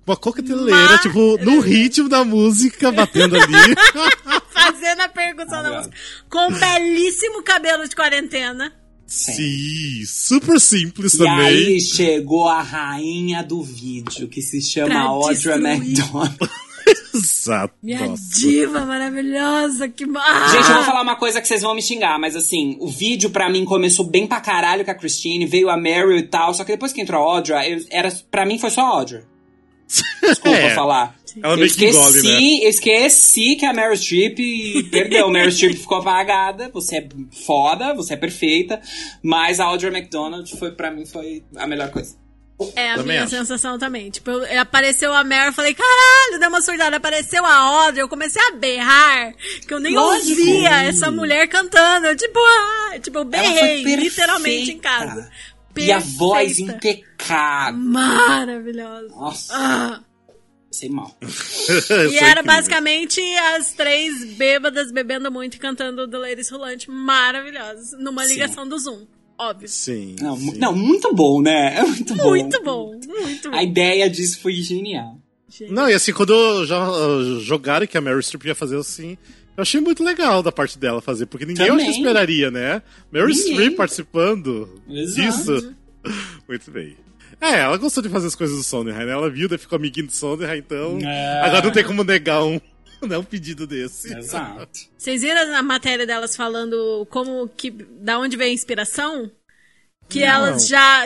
Tipo, a coqueteleira, tipo, no ritmo da música, batendo ali. Fazendo a percussão da música. Com um belíssimo cabelo de quarentena. Sim, super simples e também. E aí chegou a rainha do vídeo, que se chama Audra McDonald. Exato. Minha diva maravilhosa, que Gente, eu vou falar uma coisa que vocês vão me xingar, mas assim, o vídeo pra mim começou bem pra caralho com a Christine, veio a Meryl e tal, só que depois que entrou a Audra, pra mim foi só a Audra. Desculpa falar. Ela meio que engole, né? Eu esqueci que a Meryl Streep perdeu. Meryl Streep ficou apagada. Você é foda, você é perfeita. Mas a Audra McDonald pra mim foi a melhor coisa. É a também minha sensação também. Tipo, apareceu a Meryl, eu falei, caralho, deu uma surdada. Apareceu a Audrey, eu comecei a berrar, que eu nem ouvia essa mulher cantando. Eu, eu berrei, literalmente em casa. Perfeita. E a voz impecável. Maravilhosa. Nossa. Sei mal. E era basicamente as 3 bêbadas bebendo muito e cantando The Ladies Who Lunch, maravilhosas, numa ligação do Zoom. Óbvio. Sim. Não, muito bom, né? É muito bom. Muito bom. A ideia disso foi genial. Não, e assim, quando já jogaram que a Meryl Streep ia fazer assim, eu achei muito legal da parte dela fazer, porque ninguém eu acho que esperaria, né? Meryl Streep participando disso. Muito bem. Ela gostou de fazer as coisas do Sondheim, né? Ela viu, daí ficou amiguinho do Sondheim, então agora não tem como negar um pedido desse. Exato. Vocês viram a matéria delas falando da onde veio a inspiração? Que elas já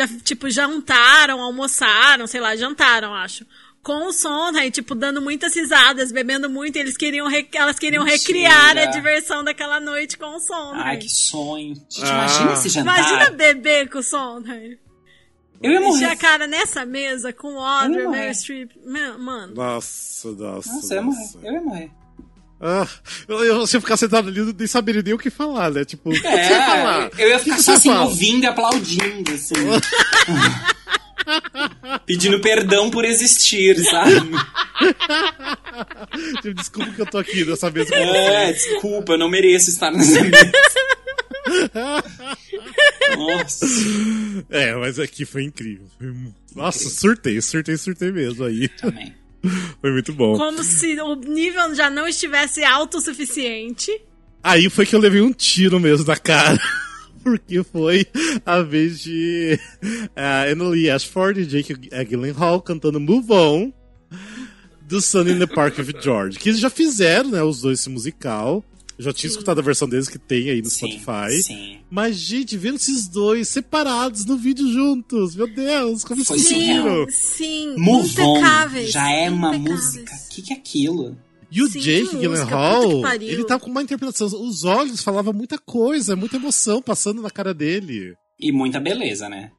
jantaram, almoçaram, sei lá, jantaram, acho. Com o Sondheim, tipo, dando muitas risadas, bebendo muito, e elas queriam recriar a diversão daquela noite com o Sondheim. Ai, que sonho. Gente, imagina esse jantar. Imagina beber com o Sondheim. Eu ia morrer. Encher a cara nessa mesa com o Audrey, Meryl Streep. Mano. Nossa, eu ia morrer. Se eu ficar sentado ali, eu nem saberia nem o que falar, né? Tipo, falar? Eu ia ficar só assim, ouvindo e aplaudindo, assim. Pedindo perdão por existir, sabe? Tipo, desculpa que eu tô aqui nessa mesa. Desculpa, eu não mereço estar nessa mesa. Nossa. Mas aqui foi incrível. Nossa, surtei mesmo aí. Também. Foi muito bom. Como se o nível já não estivesse autossuficiente. Aí foi que eu levei um tiro mesmo na cara. Porque foi a vez de Emily Ashford e Jake Gyllenhaal cantando Move On do Sunny in the Park with George. Que eles já fizeram, né, os dois esse musical. Eu já tinha escutado a versão deles que tem aí no Spotify. Sim. Mas, gente, vendo esses dois separados no vídeo juntos. Meu Deus, como isso surreal. Sim, Move impecáveis. On já é uma música. O que é aquilo? E o Jake Gyllenhaal, ele tá com uma interpretação. Os olhos falavam muita coisa, muita emoção passando na cara dele. E muita beleza, né?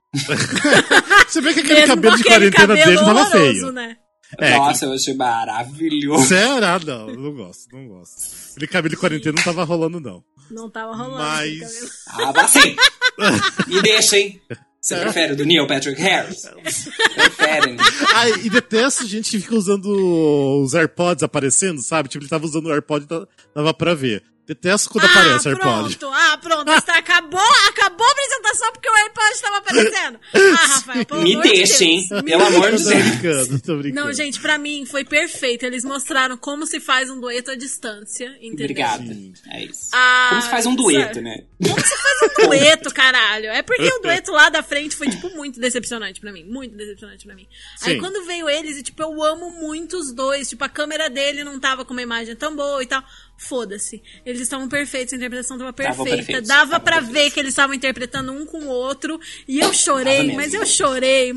Você vê que aquele cabelo de quarentena dele tava feio. Né? Nossa, eu achei maravilhoso. Será? Não gosto. Aquele cabelo de quarentena não tava rolando, não. Não tava rolando. Mas... mas sim. Me deixa, hein? Você prefere do Neil Patrick Harris? Prefere, né? E detesto gente que fica usando os AirPods aparecendo, sabe? Tipo, ele tava usando o AirPod e dava pra ver. Detesto quando aparece o AirPod. Pronto. Acabou a apresentação porque o AirPod estava aparecendo. Rafael, pelo Me amor de deixa, Deus. hein? Pelo amor de Deus. Tô brincando. Não, gente, pra mim foi perfeito. Eles mostraram como se faz um dueto à distância, entendeu? Obrigada. É isso. Como se faz um dueto, né? Como se faz um dueto, caralho? É porque o dueto lá da frente foi, tipo, muito decepcionante pra mim. Muito decepcionante pra mim. Sim. Aí quando veio eles, e tipo, eu amo muito os dois. Tipo, a câmera dele não tava com uma imagem tão boa e tal. Foda-se. Eles estavam perfeitos, a interpretação tava perfeita. Dava pra ver que eles estavam interpretando um com o outro. E eu chorei, mas eu chorei.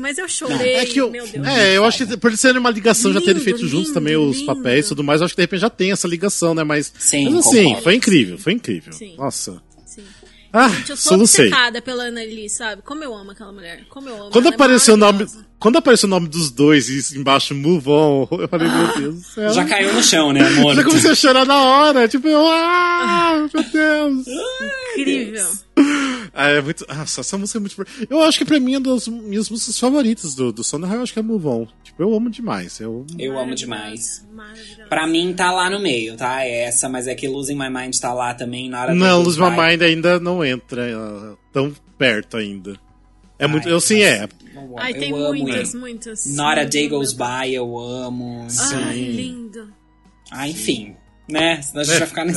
Meu Deus. Eu acho que por eles serem uma ligação, já terem feito juntos também os papéis e tudo mais, eu acho que de repente já tem essa ligação, né? Mas assim, foi incrível. Sim. Nossa. Sim. Gente, eu sou obcecada pela Anneli, sabe? Como eu amo aquela mulher. Quando apareceu o nome dos dois e embaixo Move On, eu falei, meu Deus do céu. Já caiu no chão, né, amor? Já comecei a chorar na hora. Tipo, meu Deus. Incrível. É muito. Essa música é muito. Eu acho que pra mim é uma das minhas músicas favoritas do Sondheim, eu acho que é Move On. Tipo, eu amo demais. Eu amo demais. Pra mim tá lá no meio, tá? É essa, mas é que Losing My Mind tá lá também na hora. Não, Losing My Mind ainda não entra tão perto ainda. É muito. Eu sim, é. Ai, tem muitas. Not a Day Goes By, eu amo. Ai, lindo. Enfim, né? Senão a gente vai ficar nesse...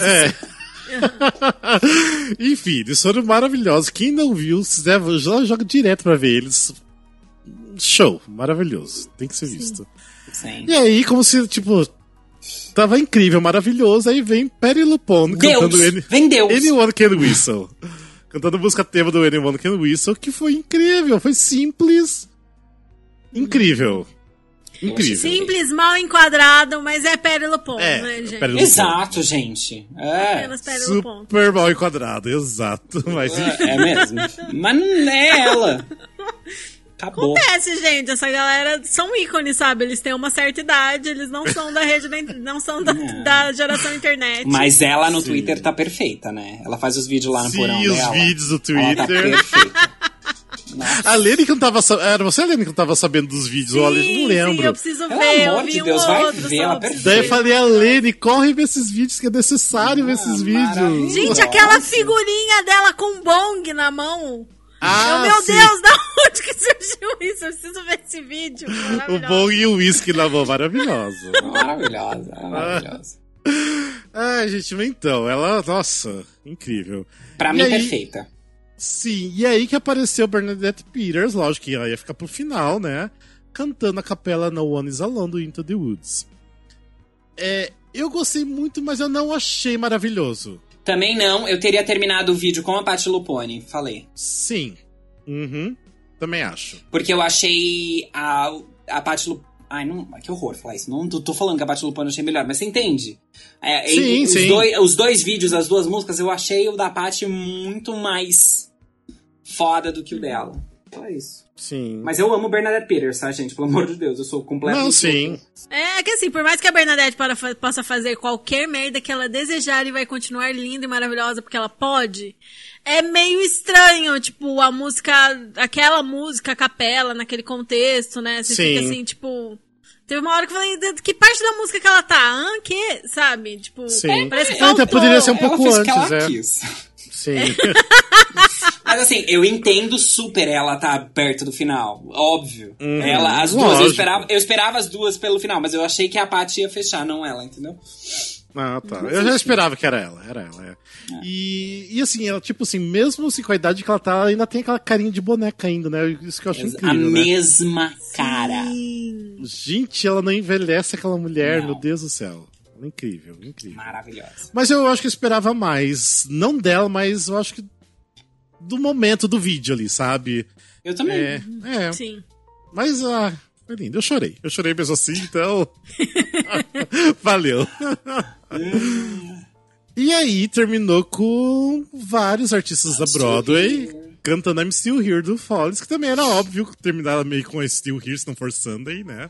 Enfim, eles foram maravilhosos. Quem não viu, já joga direto pra ver eles. Show, maravilhoso. Tem que ser visto. Sim. E aí, como se, tipo, tava incrível, maravilhoso. Aí vem Patti LuPone cantando Anyone Can Whistle. Cantando música tema do Anyone Can Whistle, que foi incrível, foi simples. Incrível. Incrível. Simples, mal enquadrado, mas é Patti LuPone, né, gente? Patti LuPone. Exato, gente. Apenas Patti LuPone. Super mal enquadrado, exato. Mas, é mesmo. Mas não é ela. Acabou. Acontece, gente. Essa galera são ícones, sabe? Eles têm uma certa idade, eles não são da rede, não são da geração internet. Mas ela no Twitter tá perfeita, né? Ela faz os vídeos lá no porão dela. Sim, os vídeos do Twitter. Ela tá perfeita. Nossa. A Lene que não tava sabendo. Era você, a Lene, que não tava sabendo dos vídeos? Sim, Olha, não lembro. Sim, eu preciso ver. Pelo amor eu vi de Deus, vai ver, ela Daí eu falei, a Lene, corre ver esses vídeos, que é necessário ver esses vídeos. Gente, aquela figurinha dela com bong na mão. Meu sim. Deus, da onde que surgiu isso? Eu preciso ver esse vídeo. O bong e o whisky na mão, maravilhoso. Maravilhosa. Ai, gente, mas então, ela, nossa, incrível. Pra mim, perfeita. Sim, e aí que apareceu Bernadette Peters, lógico que ela ia ficar pro final, né? Cantando a capela No One Is Alone do Into the Woods. Eu gostei muito, mas eu não achei maravilhoso. Também não, eu teria terminado o vídeo com a Patti LuPone, falei. Sim. Também acho. Porque eu achei a Patti LuPone... Ai, não, que horror falar isso. Não tô falando que a Patti LuPone eu achei melhor, mas você entende? Sim. Os dois vídeos, as duas músicas, eu achei o da Patti muito mais foda do que o dela. Só isso. Sim. Mas eu amo Bernadette Peters, tá, gente? Pelo amor de Deus, eu sou completamente... Não, sim. É que assim, por mais que a Bernadette possa fazer qualquer merda que ela desejar e vai continuar linda e maravilhosa porque ela pode, é meio estranho, tipo, aquela música a capela, naquele contexto, né? Você fica assim, tipo... Teve uma hora que eu falei, que parte da música que ela tá? Que? Sabe? Tipo, sim. parece que faltou. Até poderia ser um pouco antes, que ela quis. Sim. Mas assim, eu entendo super ela tá perto do final. Óbvio. As duas, lógico. eu esperava as duas pelo final, mas eu achei que a Patti ia fechar, não ela, entendeu? Ah, tá. Eu já esperava que era ela. E assim, ela, tipo assim, mesmo assim, com a idade que ela tá, ela ainda tem aquela carinha de boneca ainda, né? Isso que eu acho incrível, a né? mesma cara. Gente, ela não envelhece aquela mulher, meu Deus do céu. Incrível. Maravilhosa. Mas eu acho que eu esperava mais. Não dela, mas eu acho que do momento do vídeo ali, sabe? Eu também. Sim. Mas, foi lindo. Eu chorei mesmo assim, então... Valeu. E aí, terminou com vários artistas da Broadway cantando I'm Still Here do Follies, que também era óbvio terminar meio com I'm Still Here se não for Sunday, né?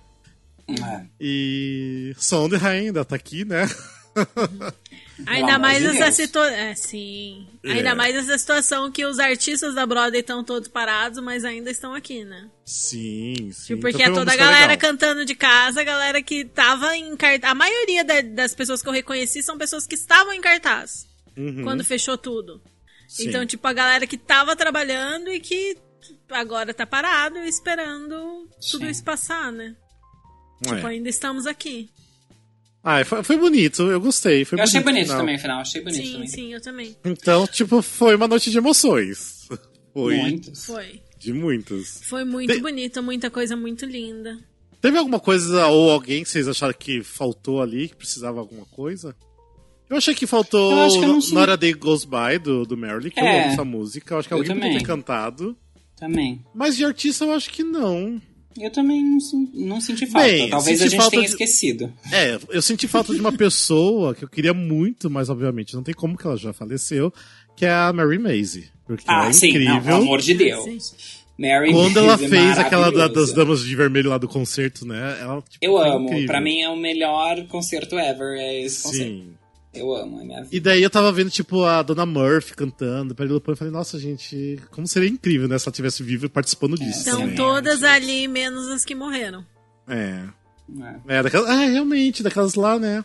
E Sondheim ainda tá aqui, né? Ainda mais essa situação. Sim. Ainda mais essa situação que os artistas da Broadway estão todos parados, mas ainda estão aqui, né? Sim. Tipo, porque é toda a galera cantando de casa, a galera que tava em cartaz. A maioria das pessoas que eu reconheci são pessoas que estavam em cartaz quando fechou tudo. Sim. Então, tipo, a galera que tava trabalhando e que agora tá parado esperando tudo isso passar, né? Tipo, ainda estamos aqui. Foi bonito, eu gostei. Eu achei bonito também, afinal. Achei bonito também. Sim, eu também. Então, tipo, foi uma noite de emoções. Foi. De muitas. Foi muito bonito, muita coisa muito linda. Teve alguma coisa ou alguém que vocês acharam que faltou ali, que precisava alguma coisa? Eu achei que faltou Not a Day Goes By, do Marilyn, que eu amo essa música. Eu acho que alguém podia ter cantado. Também. Mas de artista eu acho que não. Eu também não senti falta. Talvez a gente tenha esquecido. Eu senti falta de uma pessoa que eu queria muito, mas obviamente não tem como que ela já faleceu, que é a Mary Maisie. Porque ela é incrível. Não, pelo amor de Deus. Mary Quando ela fez aquela das Damas de Vermelho lá do concerto, né? Ela, tipo, eu amo. Incrível. Pra mim é o melhor concerto ever. É esse concerto. Sim. Eu amo, é minha vida. E daí eu tava vendo, tipo, a Dona Murphy cantando, Patti LuPone, e falei, nossa, gente, como seria incrível, né, se ela tivesse viva e participando disso. Estão todas ali, menos as que morreram. Realmente, daquelas lá, né.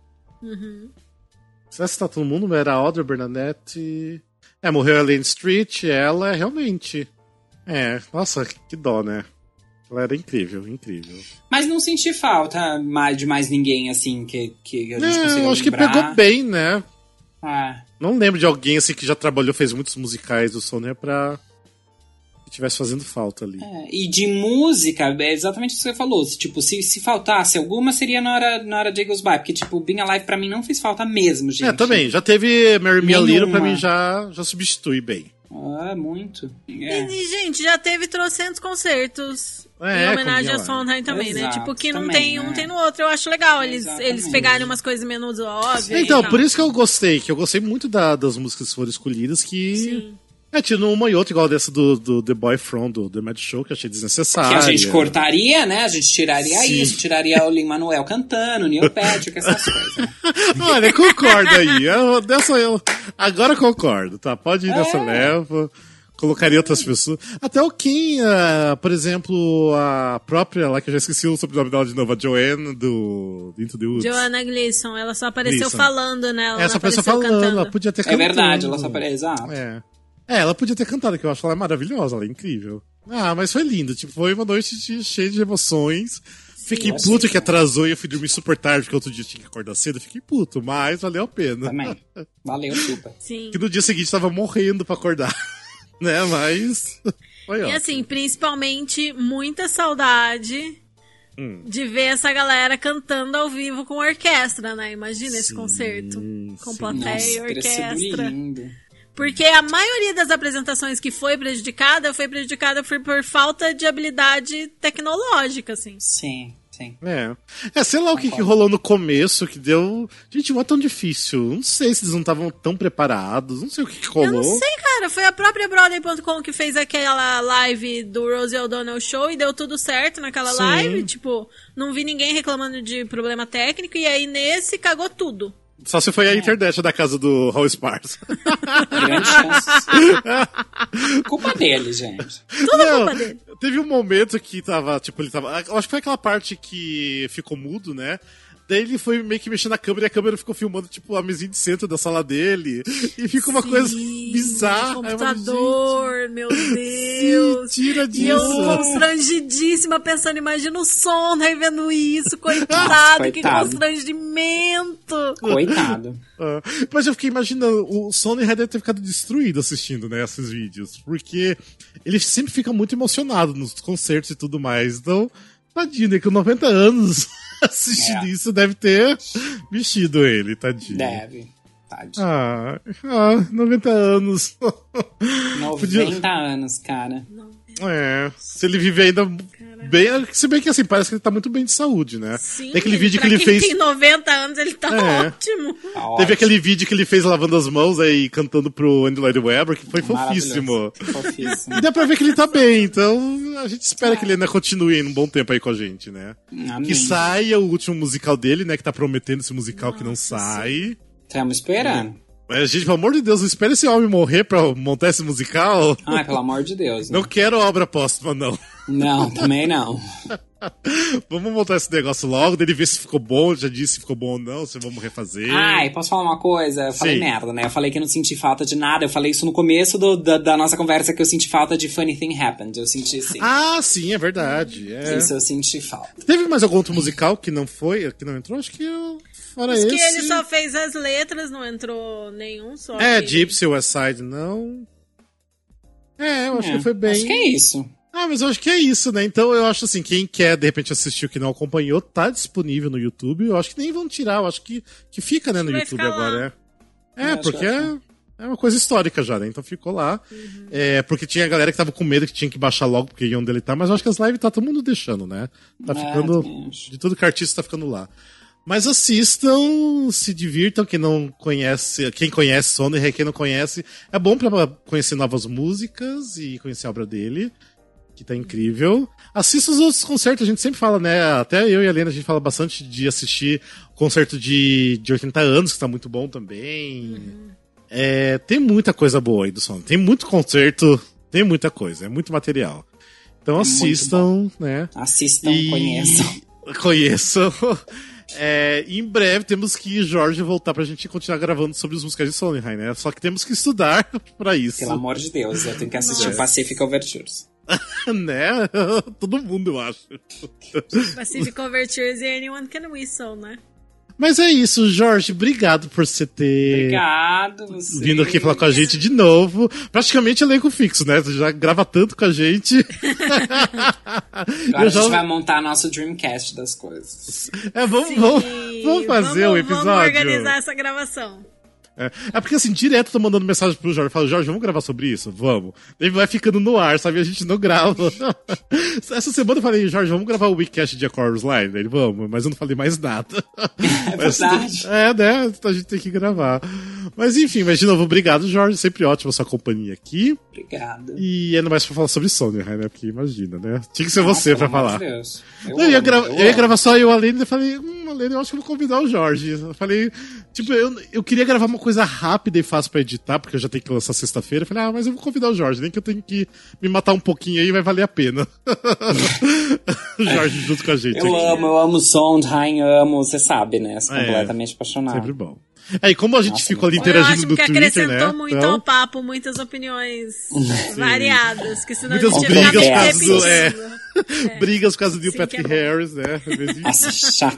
Será que tá todo mundo? Era a Audrey, Bernadette... morreu a Elaine Street, ela, realmente. Nossa, que dó, né? Ela era incrível, incrível. Mas não senti falta de mais ninguém, assim, que a gente conseguiu eu acho lembrar. que pegou bem, né? Ah. Não lembro de alguém, assim, que já trabalhou, fez muitos musicais do Sony pra que tivesse fazendo falta ali. E de música, é exatamente isso que você falou. Tipo, se faltasse alguma, seria na hora de Eagles By. Porque, tipo, Being Alive pra mim não fez falta mesmo, gente. Também. Já teve Marry Me a Little, pra mim já substitui bem. Muito. E, gente, já teve trocentos concertos em homenagem a Sondheim também, né? Tipo, que não tem um, tem no outro. Eu acho legal eles pegarem umas coisas menos óbvias. Então, por isso que eu gostei muito das músicas que foram escolhidas, que... Sim. Tinha uma e outra, igual dessa do The Boy From, do The Mad Show, que eu achei desnecessária. Que a gente cortaria, né? A gente tiraria isso, tiraria o Lin-Manuel cantando, Neil Patrick, essas coisas. Olha, concordo aí. Agora concordo, tá? Pode ir nessa leva. Colocaria outras pessoas. Até o Kim, por exemplo, a própria lá, que eu já esqueci o sobrenome dela de novo, a Joanne do Into the Woods. Joanna Gleason, ela só apareceu falando, né? Ela só apareceu falando, cantando. Ela podia ter cantado. É verdade, ela só apareceu, exato. Ela podia ter cantado, que eu acho que ela é maravilhosa, ela é incrível. Mas foi lindo, tipo, foi uma noite cheia de emoções. Fiquei puto que atrasou e eu fui dormir super tarde, porque outro dia tinha que acordar cedo. Fiquei puto, mas valeu a pena. Também. Valeu, super. Sim. Que no dia seguinte tava morrendo pra acordar. Né, mas... Foi ótimo. E assim, principalmente, muita saudade de ver essa galera cantando ao vivo com orquestra, né? Imagina esse concerto. Com plateia e orquestra. Lindo. Porque a maioria das apresentações que foi prejudicada por falta de habilidade tecnológica, assim. Sim. Sei lá o que rolou no começo, que deu... Gente, não é tão difícil. Não sei se eles não estavam tão preparados. Não sei o que rolou. Eu não sei, cara. Foi a própria Broadway.com que fez aquela live do Rosie O'Donnell Show e deu tudo certo naquela live. Tipo, não vi ninguém reclamando de problema técnico. E aí, nesse, cagou tudo. Só se foi a internet da casa do Raul Sparks. Grande chance. Culpa dele, gente. Culpa dele. Teve um momento que tava, tipo, ele tava... Acho que foi aquela parte que ficou mudo, né? Daí ele foi meio que mexendo na câmera e a câmera ficou filmando, tipo, a mesinha de centro da sala dele. E fica uma coisa bizarra. Computador, meu Deus. Sim, tira disso. E eu constrangidíssima pensando, imagina o Sondheim vendo isso, coitado. Que constrangimento. Coitado. Mas eu fiquei imaginando, o Sondheim deve ter ficado destruído assistindo, né, esses vídeos. Porque ele sempre fica muito emocionado nos concertos e tudo mais. Então, tadinho, né, com 90 anos... assistindo isso deve ter mexido ele, tadinho. Deve, tadinho. 90 anos. 90 anos, cara. Se ele viver ainda bem... Se bem que assim, parece que ele tá muito bem de saúde, né? Sim, tem aquele vídeo que ele fez... tem 90 anos, ele tá ótimo. Teve aquele vídeo que ele fez lavando as mãos aí, cantando pro Andrew Lloyd Webber, que foi fofíssimo. E dá pra ver que ele tá bem, então a gente espera que ele ainda continue um bom tempo aí com a gente, né? Amém. Que saia o último musical dele, né? Que tá prometendo esse musical que não sai. Estamos esperando. Mas, gente, pelo amor de Deus, não espera esse homem morrer pra montar esse musical. Pelo amor de Deus. Né? Não quero obra póstuma, não. Não, também não. Vamos montar esse negócio logo, dele ver se ficou bom, já disse se ficou bom ou não, se vamos refazer. Posso falar uma coisa? Eu falei merda, né? Eu falei que eu não senti falta de nada. Eu falei isso no começo da nossa conversa, que eu senti falta de Funny Thing Happened. Eu senti sim. Sim, é verdade. Isso eu senti falta. Teve mais algum outro musical que não foi, que não entrou? Acho que Acho que ele só fez as letras, não entrou nenhum só. Gypsy, West Side, não. Eu acho que foi bem. Acho que é isso. Mas eu acho que é isso, né? Então eu acho assim, quem quer de repente assistir o que não acompanhou, tá disponível no YouTube. Eu acho que nem vão tirar, eu acho que fica, né, no YouTube agora. Porque é uma coisa histórica já, né? Então ficou lá. Porque tinha a galera que tava com medo que tinha que baixar logo porque iam deletar, mas eu acho que as lives tá todo mundo deixando, né? Tá ficando. De tudo que artista tá ficando lá. Mas assistam, se divirtam, quem conhece Sondheim, quem não conhece, é bom pra conhecer novas músicas e conhecer a obra dele, que tá incrível. Assista os outros concertos, a gente sempre fala, né, até eu e a Helena, a gente fala bastante de assistir o concerto de 80 anos, que tá muito bom também. Tem muita coisa boa aí do Sondheim, tem muito concerto, tem muita coisa, é muito material. Então assistam, né. Assistam, Conheçam. Em breve temos que Jorge voltar pra gente continuar gravando sobre os musicais de Sondheim, né? Só que temos que estudar pra isso. Pelo amor de Deus, eu tenho que assistir Pacific Overtures. Né? Todo mundo, eu acho. Pacific Overtures e Anyone Can Whistle, né? Mas é isso, Jorge. Obrigado por você ter vindo aqui falar com a gente de novo. Praticamente elenco fixo, né? Você já grava tanto com a gente. Agora a gente vai montar nosso Dreamcast das coisas. Vamos fazer um episódio. Vamos organizar essa gravação. É porque assim, direto tô mandando mensagem pro Jorge. Falo, Jorge, vamos gravar sobre isso? Vamos. Ele vai ficando no ar, sabe? A gente não grava. Essa semana eu falei, Jorge, vamos gravar o Weekcast de A Chorus Line? Ele, vamos, mas eu não falei mais nada. É verdade. Né? A gente tem que gravar. Mas enfim, mas de novo, obrigado, Jorge. Sempre ótimo a sua companhia aqui. Obrigado. E ainda mais pra falar sobre Sônia, né? Porque imagina, né? Tinha que ser você pra falar. Deus. Eu ia gravar só eu, a Lene, eu falei, Lene, eu acho que eu vou convidar o Jorge. Eu falei, tipo, eu queria gravar uma coisa rápida e fácil pra editar, porque eu já tenho que lançar sexta-feira. Eu falei, mas eu vou convidar o Jorge, nem que eu tenho que me matar um pouquinho aí, vai valer a pena. O Jorge junto com a gente. Eu amo Sondheim, você sabe, né? Sou completamente apaixonado. Sempre bom. E como a gente ficou ali interagindo no Twitter, né? Eu acho que acrescentou muito ao papo, muitas opiniões variadas, que senão muitas a gente ia ficar brigas brigas por causa do Patrick Harris, né? Nossa, chato.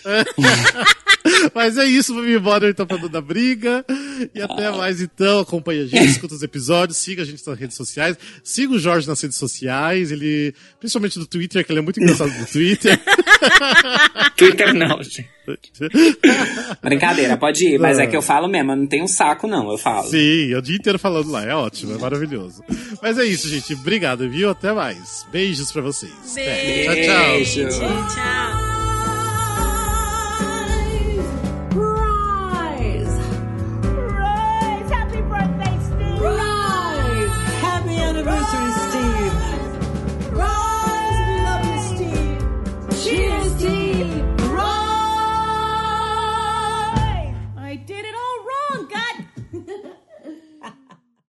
Mas é isso, vamos embora então pra da briga. E até mais então, acompanha a gente, escuta os episódios, siga a gente nas redes sociais, siga o Jorge nas redes sociais, ele, principalmente do Twitter, que ele é muito engraçado do Twitter. Twitter não, gente. Brincadeira, pode ir, mas é que eu falo mesmo, eu não tenho um saco não, eu falo. Sim, é o dia inteiro falando lá, é ótimo, é maravilhoso. Mas é isso, gente, obrigado, viu? Até mais. Beijos pra vocês. Beijo. Tchau. Happy anniversary,